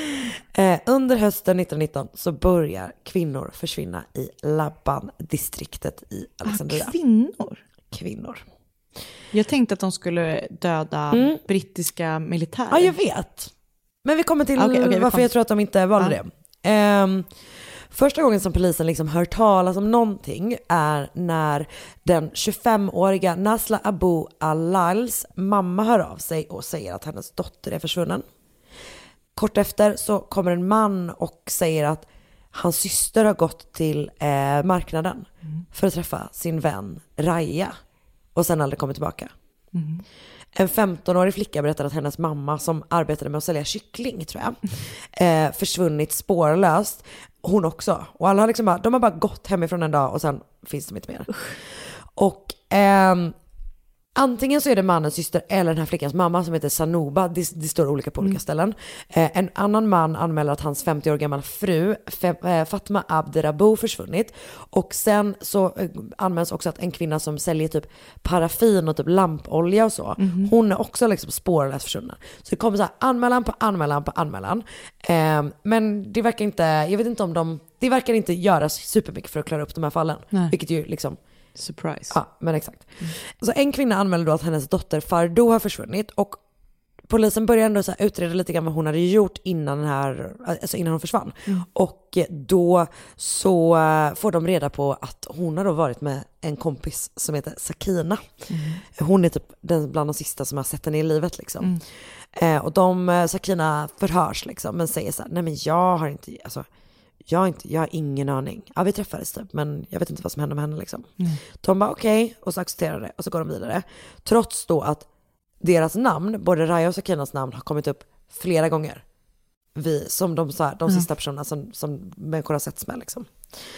Eh, under hösten nittonhundranitton så börjar kvinnor försvinna i Laban-distriktet i Alexandria. Ah, kvinnor? Kvinnor. Jag tänkte att de skulle döda mm. brittiska militärer. Ja, jag vet. Men vi kommer till okay, okay, varför vi jag tror att de inte valde ja. det. Um, första gången som polisen liksom hör talas om någonting är när den tjugofemåriga Nasla Abu Al-Lals mamma hör av sig och säger att hennes dotter är försvunnen. Kort efter så kommer en man och säger att hans syster har gått till eh, marknaden mm. för att träffa sin vän Raya och sen aldrig kommit tillbaka. Mm. En femtonårig flicka berättar att hennes mamma som arbetade med att sälja kyckling tror jag eh, försvunnit spårlöst. Hon också. Och alla har liksom bara, de har bara gått hemifrån en dag och sen finns de inte mer. Och ehm, antingen så är det mannens syster eller den här flickans mamma som heter Sanuba. Det, det står olika på olika mm. ställen. Eh, en annan man anmäler att hans femtio år gamla fru Fem, eh, Fatma Abderabou försvunnit. Och sen så eh, anmäls också att en kvinna som säljer typ paraffin och typ lampolja och så. Mm. Hon är också liksom spårlöst försvunnen. Så det kommer så här anmälan på anmälan på anmälan. Eh, men det verkar inte, jag vet inte om de, det verkar inte göras supermycket för att klara upp de här fallen. Nej. Vilket ju liksom surprise. Ja, men exakt. Mm. Så en kvinna anmälde då att hennes dotter Fardo har försvunnit och polisen började ändå så här utreda lite grann vad hon hade gjort innan, den här, alltså innan hon försvann. Mm. Och då så får de reda på att hon har då varit med en kompis som heter Sakina. Mm. Hon är typ den bland de sista som har sett henne i livet liksom. Mm. Eh, och de, Sakina förhörs liksom, men säger så här, nej men jag har inte, alltså Jag har, inte, jag har ingen aning. Ja, vi träffades typ, men jag vet inte vad som hände med henne liksom. Mm. De bara okej, okay, och så accepterar det och så går de vidare. Trots då att deras namn, både Raya och Sakinas namn, har kommit upp flera gånger. Vi, som de, så här, de mm. sista personerna som, som människor har setts med liksom.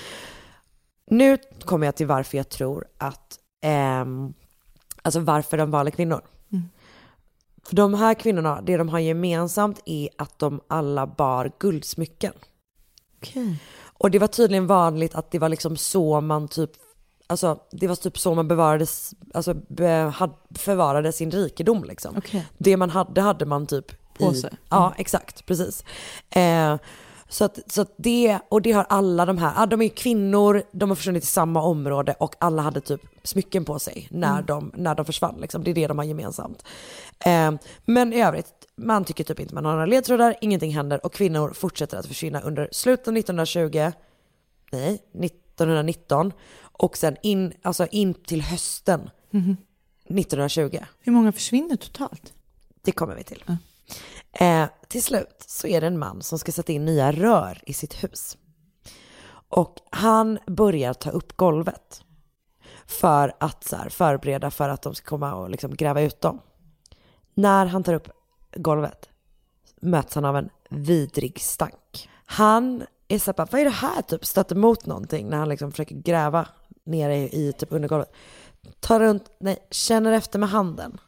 Nu kommer jag till varför jag tror att, ehm, alltså varför de valde kvinnor. Mm. För de här kvinnorna, det de har gemensamt är att de alla bar guldsmycken. Okay. Och det var tydligen vanligt att det var liksom så man typ, alltså det var typ så man bevarades, alltså be, had, förvarade sin rikedom liksom. Okay. Det man hade hade man typ på sig. Mm. Ja, exakt, precis. Eh, så att, så att det, och det har alla de här, de är kvinnor, de har försvunnit i samma område och alla hade typ smycken på sig när, mm. de, när de försvann liksom. Det är det de har gemensamt. Eh, men i övrigt, man tycker typ inte man har några ledtrådar, ingenting händer och kvinnor fortsätter att försvinna under slutet av nittonhundratjugo, nej, nittonhundranitton och sen in, alltså in till hösten mm. nittonhundratjugo. Hur många försvinner totalt? Det kommer vi till. Mm. Eh, till slut så är det en man som ska sätta in nya rör i sitt hus. Och han börjar ta upp golvet för att så här, förbereda för att de ska komma och liksom gräva ut dem. När han tar upp golvet möts han av en vidrig stank. Han är så här, vad är det här? Typ stöter emot någonting när han liksom försöker gräva nere i, i typ undergolvet. Tar runt, nej, känner efter med handen.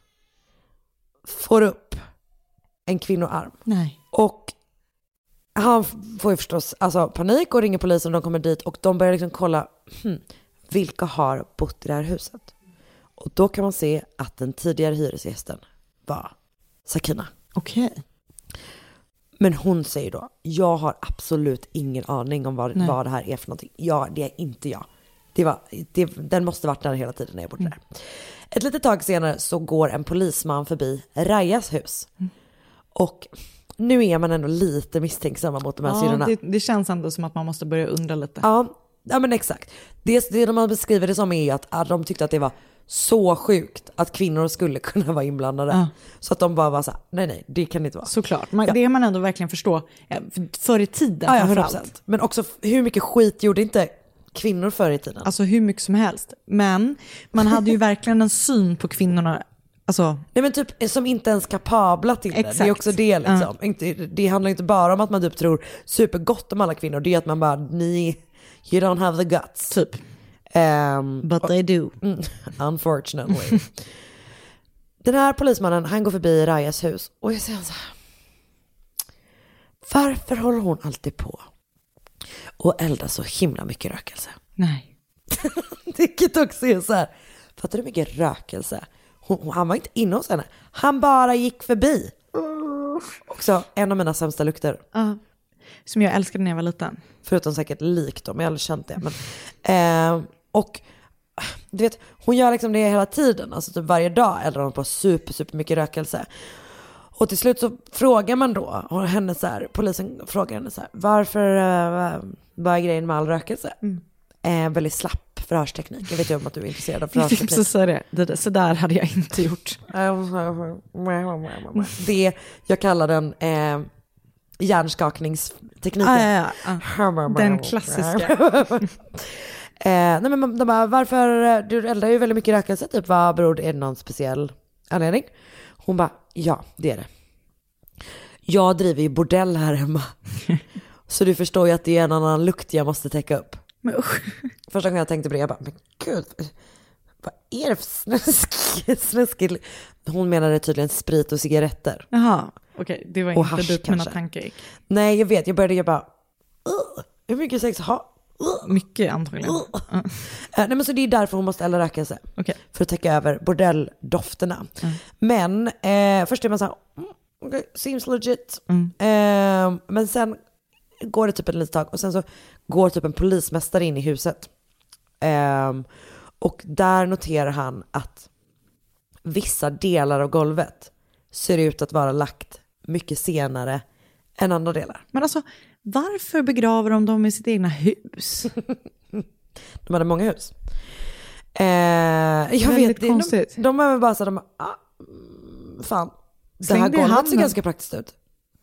Får upp en kvinnoarm. Nej. Och han får ju förstås alltså, panik och ringer polisen och de kommer dit och de börjar liksom kolla hmm, vilka har bott i det här huset. Och då kan man se att den tidigare hyresgästen var Sakina. Okej. Okay. Men hon säger då, jag har absolut ingen aning om vad, vad det här är för någonting. Ja, det är inte jag. Det var, det, den måste varit där hela tiden när jag bodde mm. där. Ett litet tag senare så går en polisman förbi Rayas hus. Mm. Och nu är man ändå lite misstänksamma mot de här ja, syrorna. Det, det känns ändå som att man måste börja undra lite. Ja, ja men exakt. Det, det de beskriver det som är att, att de tyckte att det var så sjukt att kvinnor skulle kunna vara inblandade. Ja. Så att de bara var så här, nej nej, det kan inte vara. Såklart, man, ja. Det är man ändå verkligen förstå förr i tiden. Ja, ja, hundra procent. Men också hur mycket skit gjorde inte kvinnor förr i tiden? Alltså hur mycket som helst. Men man hade ju verkligen en syn på kvinnorna. Alltså. Nej men typ som inte ens kapabla till Exakt. det. Det är också det liksom. Ja. Inte, det handlar inte bara om att man typ tror supergott om alla kvinnor. Det är att man bara, ni, you don't have the guts. Typ. Um, But they do. Mm, unfortunately. Den här polismannen, han går förbi Rajas hus och jag säger så här: varför håller hon alltid på och eldar så himla mycket rökelse? Nej. Vilket också är så här, fattar du mycket rökelse? Hon, han var inte inne hos henne. Han bara gick förbi. Också en av mina sämsta lukter. Uh, som jag älskade när jag var liten. Förutom säkert lik dem, jag har aldrig känt det. Men, eh, och du vet, hon gör liksom det hela tiden. Alltså typ varje dag eldar hon på super, super mycket rökelse. Och till slut så frågar man då, och henne så här, polisen frågar henne så här: varför, eh, vad är grejen med all rökelse? Mm. Eh, väldigt slapp förhörsteknik. Jag vet ju om att du är intresserad av förhörsteknik. Jag så, det. Det, så där hade jag inte gjort. Det, jag kallar den eh, hjärnskakningstekniken. Ah, ja, ja, ja. Den klassiska. eh, nej men de bara, varför, du eldar ju väldigt mycket rökelse, typ, vad beror det, är det någon speciell anledning? Hon bara, ja det är det. Jag driver ju bordell här hemma. Så du förstår ju att det är en annan lukt jag måste täcka upp. Men, första gången jag tänkte på det, jag bara, men gud, vad är det för snuskigt? Snuskig? Hon menade tydligen sprit och cigaretter. Jaha, okej, okay. Det var och inte hasch, dit mina tankar gick. Nej, jag vet, jag började, jag bara, uh, hur mycket sex har? Uh, mycket antagligen. Uh. Uh. Uh, nej, men så det är därför hon måste elda rökelse. Okay. För att täcka över bordelldofterna. Mm. Men eh, först är man så här, okay, seems legit. Mm. Eh, men sen går det typ en litet tag och sen så går typ en polismästare in i huset. Eh, och där noterar han att vissa delar av golvet ser ut att vara lagt mycket senare än andra delar. Men alltså, varför begraver de dem i sitt egna hus? De hade många hus. Eh, jag vet, de, de, de är väl bara så att de ah, fan, Släng det här golvet ser ganska praktiskt ut.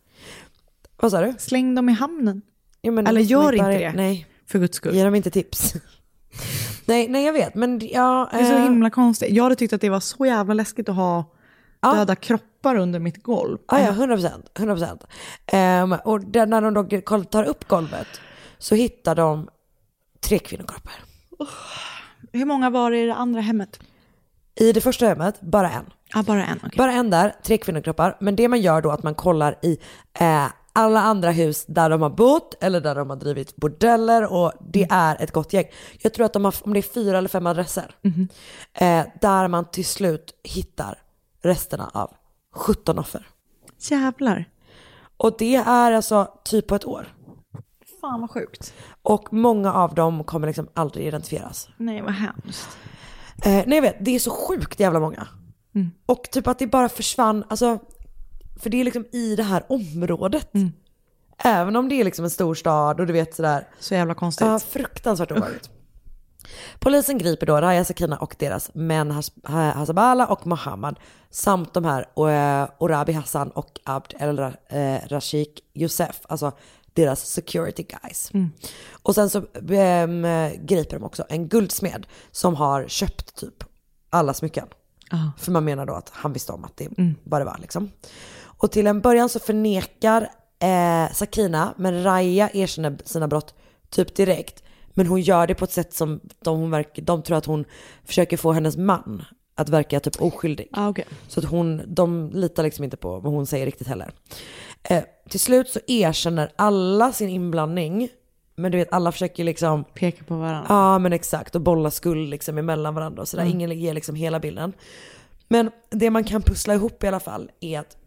Vad sa du? Släng dem i hamnen. Ja, men eller gör inte bara, det. Nej. För guds skull. Ge dem inte tips. nej, nej, jag vet. Men ja, det är så eh, himla konstigt. Jag hade tyckt att det var så jävla läskigt att ha ja. döda kroppar under mitt golv. Ah, ja, hundra procent. hundra procent. Um, och där, när de då tar upp golvet så hittar de tre kvinnokroppar. Oh. Hur många var det i det andra hemmet? I det första hemmet, bara en. Ja, bara en. Okay. Bara en där, tre kvinnokroppar. Men det man gör då att man kollar i eh, alla andra hus där de har bott eller där de har drivit bordeller, och det mm. är ett gott gäng. Jag tror att de har, om det är fyra eller fem adresser, mm. eh, där man till slut hittar resterna av sjutton offer. Jävlar. Och det är alltså typ på ett år. Fan vad sjukt. Och många av dem kommer liksom aldrig identifieras. Nej, vad hemskt. Eh, nej, jag vet, det är så sjukt jävla många. Mm. Och typ att det bara försvann, alltså, för det är liksom i det här området. Mm. Även om det är liksom en stor stad och du vet sådär. Så jävla konstigt. Ja, fruktansvärt obehagligt. Polisen griper då Raya Sakina och deras män Has- Hasabala och Mohammad samt de här uh, Orabi Hassan och Abd el-Rashik Youssef, alltså deras security guys. Mm. Och sen så um, griper de också en guldsmed som har köpt typ alla smycken. Oh. För man menar då att han visste om att det mm. bara var liksom. Och till en början så förnekar eh, Sakina, men Raya erkänner sina brott typ direkt. Men hon gör det på ett sätt som de, hon verkar, de tror att hon försöker få hennes man att verka typ oskyldig. Ah, okay. Så att hon, de litar liksom inte på vad hon säger riktigt heller. Eh, till slut så erkänner alla sin inblandning. Men du vet, alla försöker liksom peka på varandra. Ja, men exakt. Och bolla skuld liksom emellan varandra och sådär. Mm. Ingen ger liksom hela bilden. Men det man kan pussla ihop i alla fall är att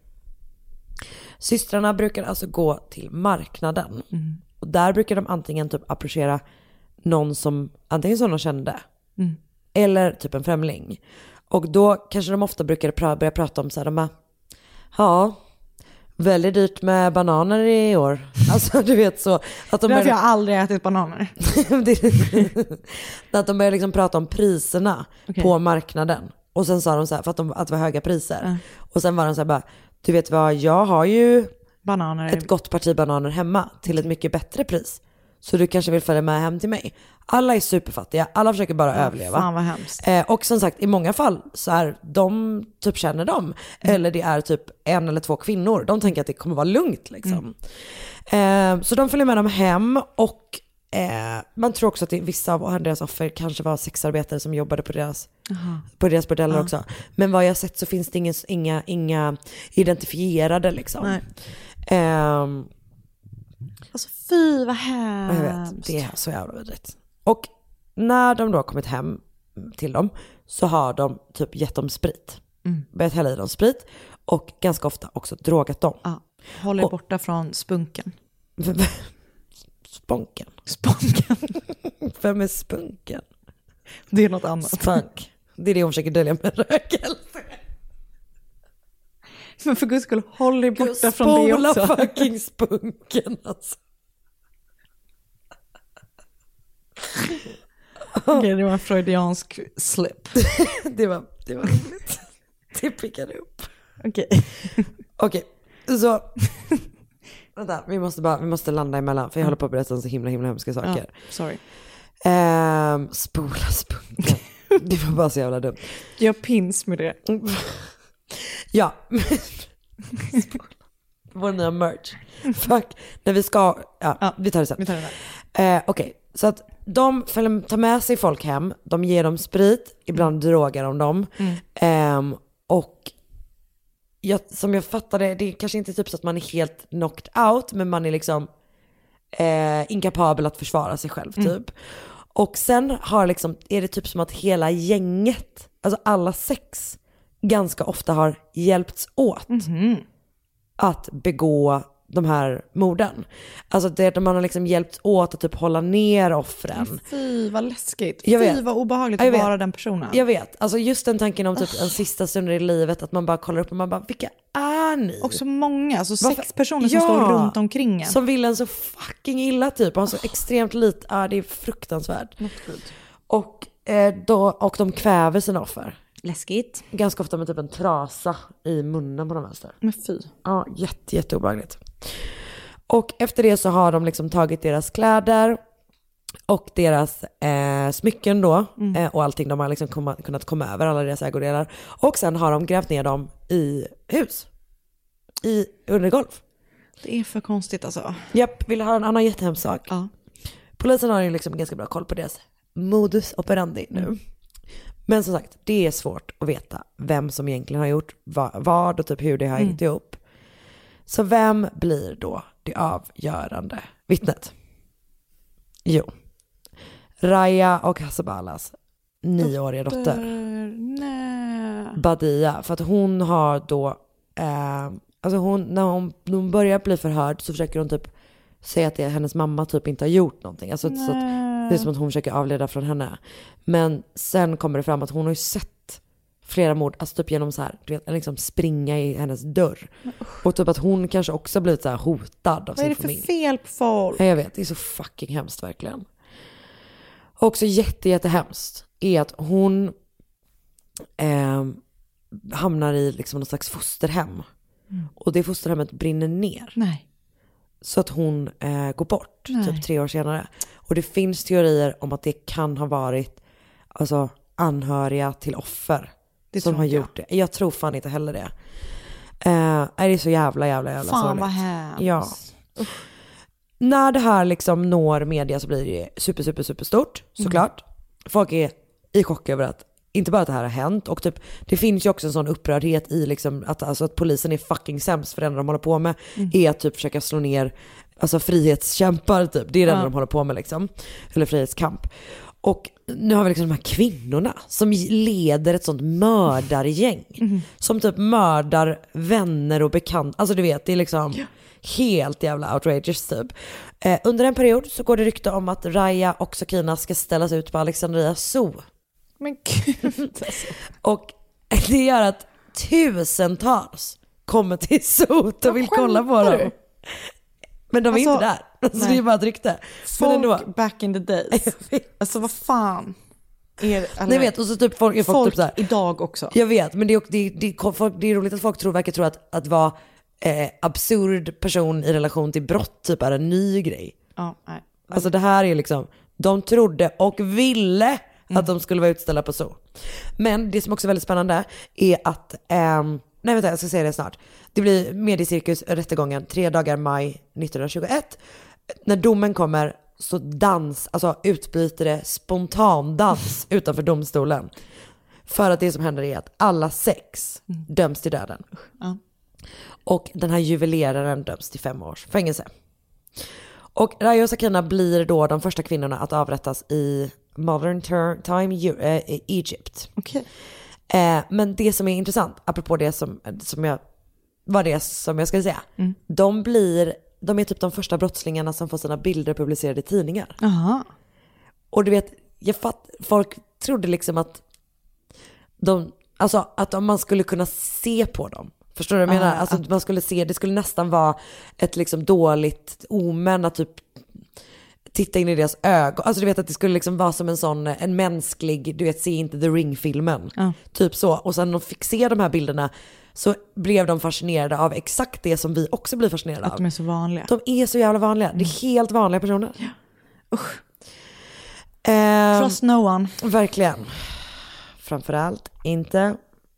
systrarna brukar alltså gå till marknaden. Mm. Och där brukar de antingen typ approchera någon som, antingen som de kände. Mm. Eller typ en främling. Och då kanske de ofta brukar pra- börja prata om så här, de bara, ja, väldigt dyrt med bananer i år. Alltså du vet så att de börjar... jag har aldrig ätit bananer. Att de börjar liksom prata om priserna okay. på marknaden. Och sen sa de så här, för att, de, att det var höga priser. Mm. Och sen var de så här bara, du vet vad, jag har ju bananer. Ett gott parti bananer hemma till ett mycket bättre pris. Så du kanske vill följa med hem till mig. Alla är superfattiga, alla försöker bara ja, överleva. Fan vad hemskt. Eh, och som sagt, i många fall så är de typ känner dem. Mm. Eller det är typ en eller två kvinnor. De tänker att det kommer vara lugnt liksom. Mm. Eh, så de följer med dem hem och eh, man tror också att det, vissa av deras offer kanske var sexarbetare som jobbade på deras, på deras bordeller uh. också. Men vad jag har sett så finns det inga, inga, inga identifierade liksom. Nej. Eh, alltså fy vad hemskt. Jag vet, det är så jävla vidrigt. Och när de då har kommit hem till dem så har de typ gett dem sprit. Mm. Börjat hälla i dem sprit och ganska ofta också drogat dem. Ja, håller och, borta från spunken. Sponken. Sponken. Vem är spunken? Det är något annat. Spunk. Det är det hon försöker dölja med rökelse. Men för guds skull, håll dig borta från det också. Spola fucking spunken alltså. Okej, okay, det var en freudiansk slip. det var det var roligt. Det pickade upp. Okej. Okay. Okej, okay, så vänta, vi måste bara vi måste landa emellan för jag mm. håller på att berätta om så himla himla hemska saker. Ja, sorry. Ehm, spola spunken. Det var bara så jävla dumt. Jag pins med det. Ja. Vår nya merch. Fuck. När vi ska ja, ja vi tar det sen. Vi tar det där. Eh, Okej, okay. Så att de tar med sig folk hem. De ger dem sprit. Ibland drogar de dem. Mm. Eh, och jag, som jag fattar det, det är kanske inte typ så att man är helt knocked out, men man är liksom eh, inkapabel att försvara sig själv typ. Mm. Och sen har liksom, är det typ som att hela gänget, alltså alla sex, ganska ofta har hjälpts åt mm-hmm. att begå de här morden. Alltså det, man har liksom hjälpt åt att typ hålla ner offren. Fy vad läskigt. Jag Fy vet. vad obehagligt jag att vet. vara den personen. Jag vet. Alltså just den tanken om typ en sista stund i livet, att man bara kollar upp och man bara, vilka är ni? Och så många, alltså Varför? sex personer som ja, står runt omkring en. Som vill en så fucking illa typ. Och har så oh. extremt lite, ja det är fruktansvärt. Och, eh, då, och de kväver sina offer. Läskigt. Ganska ofta med typ en trasa i munnen på de vänster. Men fy. Ja, jätte, jätte obehagligt. Och efter det så har de liksom tagit deras kläder och deras eh, smycken då. Mm. Eh, och allting de har liksom komma, kunnat komma över, alla deras ägodelar. Och sen har de grävt ner dem i hus. I undergolv. Det är för konstigt alltså. Japp, vill ha en annan jättehemsk sak. Ja. Polisen har ju liksom ganska bra koll på deras modus operandi nu. Mm. Men som sagt, det är svårt att veta vem som egentligen har gjort vad och typ hur det har mm. gått ihop. Så vem blir då det avgörande vittnet? Jo, Raya och Hasabalas nioåriga dotter. dotter. Nej. Badia. För att hon har då, eh, alltså hon, när, hon, när hon börjar bli förhörd så försöker hon typ säga att det, hennes mamma typ inte har gjort någonting. Alltså så att, det är som att hon försöker avleda från henne. Men sen kommer det fram att hon har ju sett flera mord, alltså typ genom så här, du vet, liksom springa i hennes dörr. Och typ att hon kanske också blivit så här hotad av sin familj. Vad är det för familj? Fel på folk? Jag vet, det är så fucking hemskt verkligen. Och också jätte, jätte hemskt är att hon eh, hamnar i liksom någon slags fosterhem. Mm. Och det fosterhemmet brinner ner. Nej. Så att hon eh, går bort Nej. typ tre år senare. Och det finns teorier om att det kan ha varit alltså anhöriga till offer det som har gjort jag. det. Jag tror fan inte heller det. Eh, är det så jävla jävla jävla fan sorgligt. Vad hemskt. Ja. Uh. När det här liksom når media så blir det super super super stort såklart. Mm. Folk är i chock över att inte bara att det här har hänt, och typ det finns ju också en sån upprördhet i liksom att, alltså att polisen är fucking sämst, för det enda de håller på med mm. är att typ försöka slå ner alltså frihetskämpar typ. Det är det enda ja. de håller på med liksom. Eller frihetskamp. Och nu har vi liksom de här kvinnorna som leder ett sånt mördargäng mm. som typ mördar vänner och bekant. Alltså du vet, det är liksom ja. helt jävla outrageous typ. Eh, under en period så går det rykte om att Raya och Sakina ska ställas ut på Alexandria Zoo. Men gud alltså. Och det gör att tusentals kommer till Zoot och vill kolla på dem. Men de är alltså, inte där. Alltså, det är bara ett rykte. Folk men ändå. Back in the days. Alltså vad fan. Er, Nej, vet, och så typ folk, är folk, folk typ så här, idag också. Jag vet, men det är, det, det, folk, det är roligt att folk tror, verkar tro att, att vara eh, absurd person i relation till brott typ är en ny grej. Ja, nej. Alltså det här är liksom, de trodde och ville mm. att de skulle vara utställda på så. Men det som också är väldigt spännande är att, eh, nej vänta jag ska säga det snart. Det blir mediecirkus rättegången tre dagar maj nittonhundratjugoett. När domen kommer så dans, alltså utbryter det spontandans utanför domstolen. För att det som händer är att alla sex mm. döms till döden. Ja. Och den här juveleraren döms till fem års fängelse. Och Raya och Sakina blir då de första kvinnorna att avrättas i modern ter- time äh, Egypt. Okay. Eh, men det som är intressant, apropå det som, som jag var det som jag skulle säga. Mm. De blir, de är typ de första brottslingarna som får sina bilder publicerade i tidningar. Aha. Och du vet, jag fatt, folk trodde liksom att de, alltså att om man skulle kunna se på dem. Förstår du vad jag menar? Alltså man skulle se, det skulle nästan vara ett liksom dåligt omen att typ titta in i deras ögon. Alltså du vet att det skulle liksom vara som en sån, en mänsklig, du vet, se inte The Ring-filmen. Uh. Typ så. Och sen när de fick se de här bilderna så blev de fascinerade av exakt det som vi också blir fascinerade att av. De är så vanliga. De är så jävla vanliga. Mm. Det är helt vanliga personer. Ja. Usch. Um, Trust no one. Verkligen. Framförallt inte.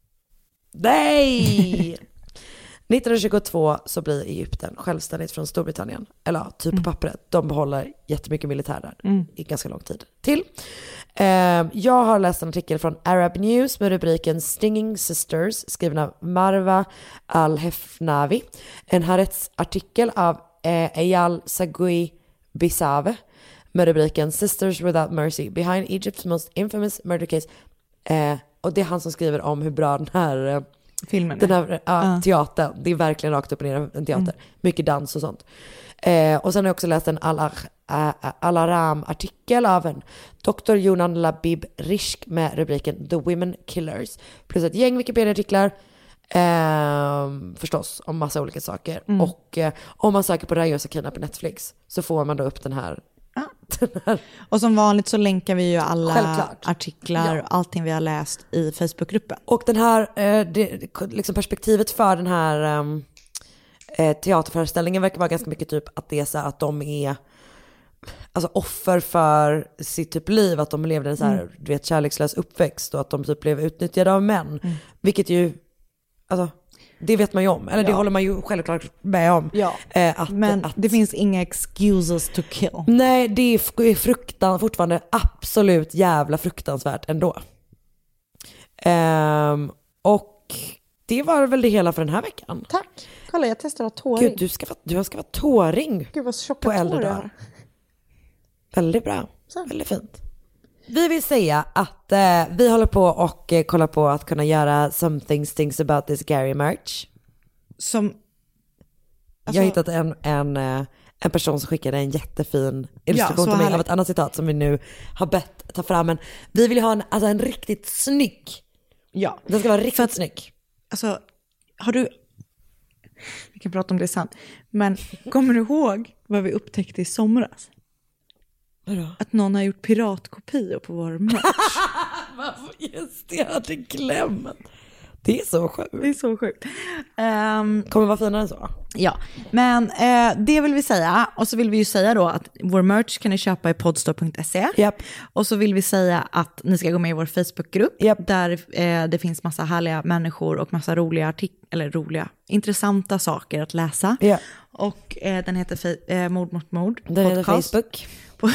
Nej! nittonhundratjugotvå så blir Egypten självständigt från Storbritannien. Eller ja, typ på mm. pappret. De behåller jättemycket militär där mm. i ganska lång tid till. Uh, jag har läst en artikel från Arab News med rubriken Stinging Sisters, skriven av Marwa Al-Hefnavi. En Haaretz-artikel av uh, Eyal Sagui Bisave med rubriken Sisters Without Mercy, Behind Egypt's Most Infamous Murder Case. Uh, och det är han som skriver om hur bra den här... Uh, filmen den här ja, uh. teatern, det är verkligen rakt upp och ner en teater. Mm. Mycket dans och sånt. Eh, och sen har jag också läst en Al-Aram-artikel av en doktor Jonan Labib Rishk med rubriken The Women Killers. Plus ett gäng Wikipedia-artiklar eh, förstås om massa olika saker. Mm. Och eh, om man söker på Raya och Sakina på Netflix så får man då upp den här. Ah. Och som vanligt så länkar vi ju alla Självklart. artiklar ja. och allting vi har läst i Facebookgruppen. Och den här, eh, det, liksom perspektivet för den här eh, teaterföreställningen verkar vara ganska mycket typ att det är så att de är alltså offer för sitt typ liv, att de levde en så här, mm. du vet, kärlekslös uppväxt och att de typ blev utnyttjade av män. Mm. Vilket ju, alltså det vet man ju om, eller ja. det håller man ju självklart med om. Ja. Eh, att, men att, det finns inga excuses to kill. Nej, det är fruktan, fortfarande absolut jävla fruktansvärt ändå. Eh, och det var väl det hela för den här veckan. Tack. Kolla, jag testar att tåring. Gud, du ska vara, du ska vara tåring. Gud, vad på äldre dagar. Väldigt bra. Så. Väldigt fint. Vi vill säga att eh, vi håller på och eh, kollar på att kunna göra Something Stings About This Gary merch. Som... Alltså... Jag har hittat en, en, en person som skickade en jättefin illustration ja, till mig av ett annat citat som vi nu har bett ta fram. Men vi vill ha en, alltså en riktigt snygg. Ja. Den ska vara riktigt att, snygg. Alltså, har du... Vi kan prata om det sen. Men kommer du ihåg vad vi upptäckte i somras? Vadå? Att någon har gjort piratkopior på vår merch. Just det, jag hade glömt. Det är så sjukt. Det är så sjukt. Um, Kommer vara finare än så. Ja, men uh, det vill vi säga. Och så vill vi ju säga då att vår merch kan ni köpa i podstore punkt se. Yep. Och så vill vi säga att ni ska gå med i vår Facebookgrupp. Yep. Där uh, det finns massa härliga människor och massa roliga artiklar. Eller roliga, intressanta saker att läsa. Yep. Och uh, den heter fe- uh, Mord mot mord. Den heter Facebook.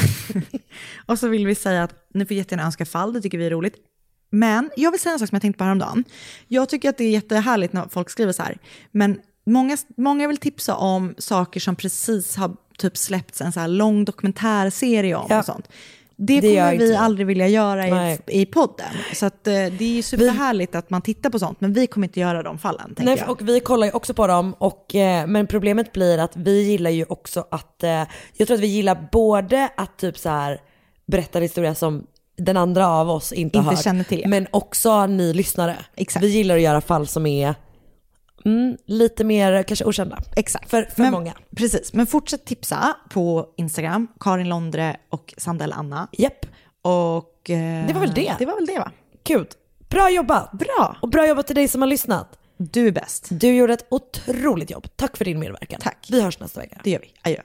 Och så vill vi säga att ni får jättegärna önska fall, det tycker vi är roligt. Men jag vill säga en sak som jag tänkte på häromdagen. Jag tycker att det är jättehärligt när folk skriver så här. Men många, många vill tipsa om saker som precis har typ släppts en så här lång dokumentärserie om ja. och sånt. Det, det kommer vi inte. aldrig vilja göra i, i podden. Så att, eh, det är ju superhärligt vi, att man tittar på sånt. Men vi kommer inte göra de fallen, tänker nej, jag. Och vi kollar ju också på dem. Och, eh, men problemet blir att vi gillar ju också att... Eh, jag tror att vi gillar både att typ så här berätta en historia som den andra av oss inte, inte har hört. Känner till, ja. Men också ni lyssnare. Exakt. Vi gillar att göra fall som är... Mm, lite mer kanske okända. Exakt. För, för men, många. Precis, men fortsätt tipsa på Instagram. Karin Londre och Sandell Anna. Japp. Och eh, det var väl det. Det var väl det, va? Kul. Bra jobbat. Bra. Och bra jobbat till dig som har lyssnat. Du är bäst. Du gjorde ett otroligt jobb. Tack för din medverkan. Tack. Vi hörs nästa vecka. Det gör vi. Adjö.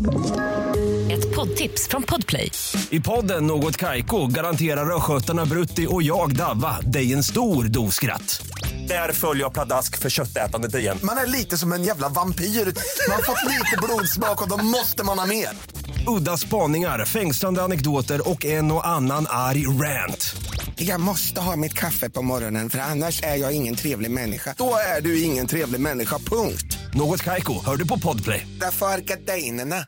Ett poddtips från Podplay. I podden Något Kaiko garanterar röskötarna Brutti och jag Davva dig en stor dos skratt. Där följer jag pladask för köttätandet igen. Man är lite som en jävla vampyr. Man har fått lite blodsmak och då måste man ha mer. Udda spaningar, fängslande anekdoter och en och annan arg rant. Jag måste ha mitt kaffe på morgonen för annars är jag ingen trevlig människa. Då är du ingen trevlig människa, punkt. Något Kaiko, hör du på Podplay. Därför är gardinerna.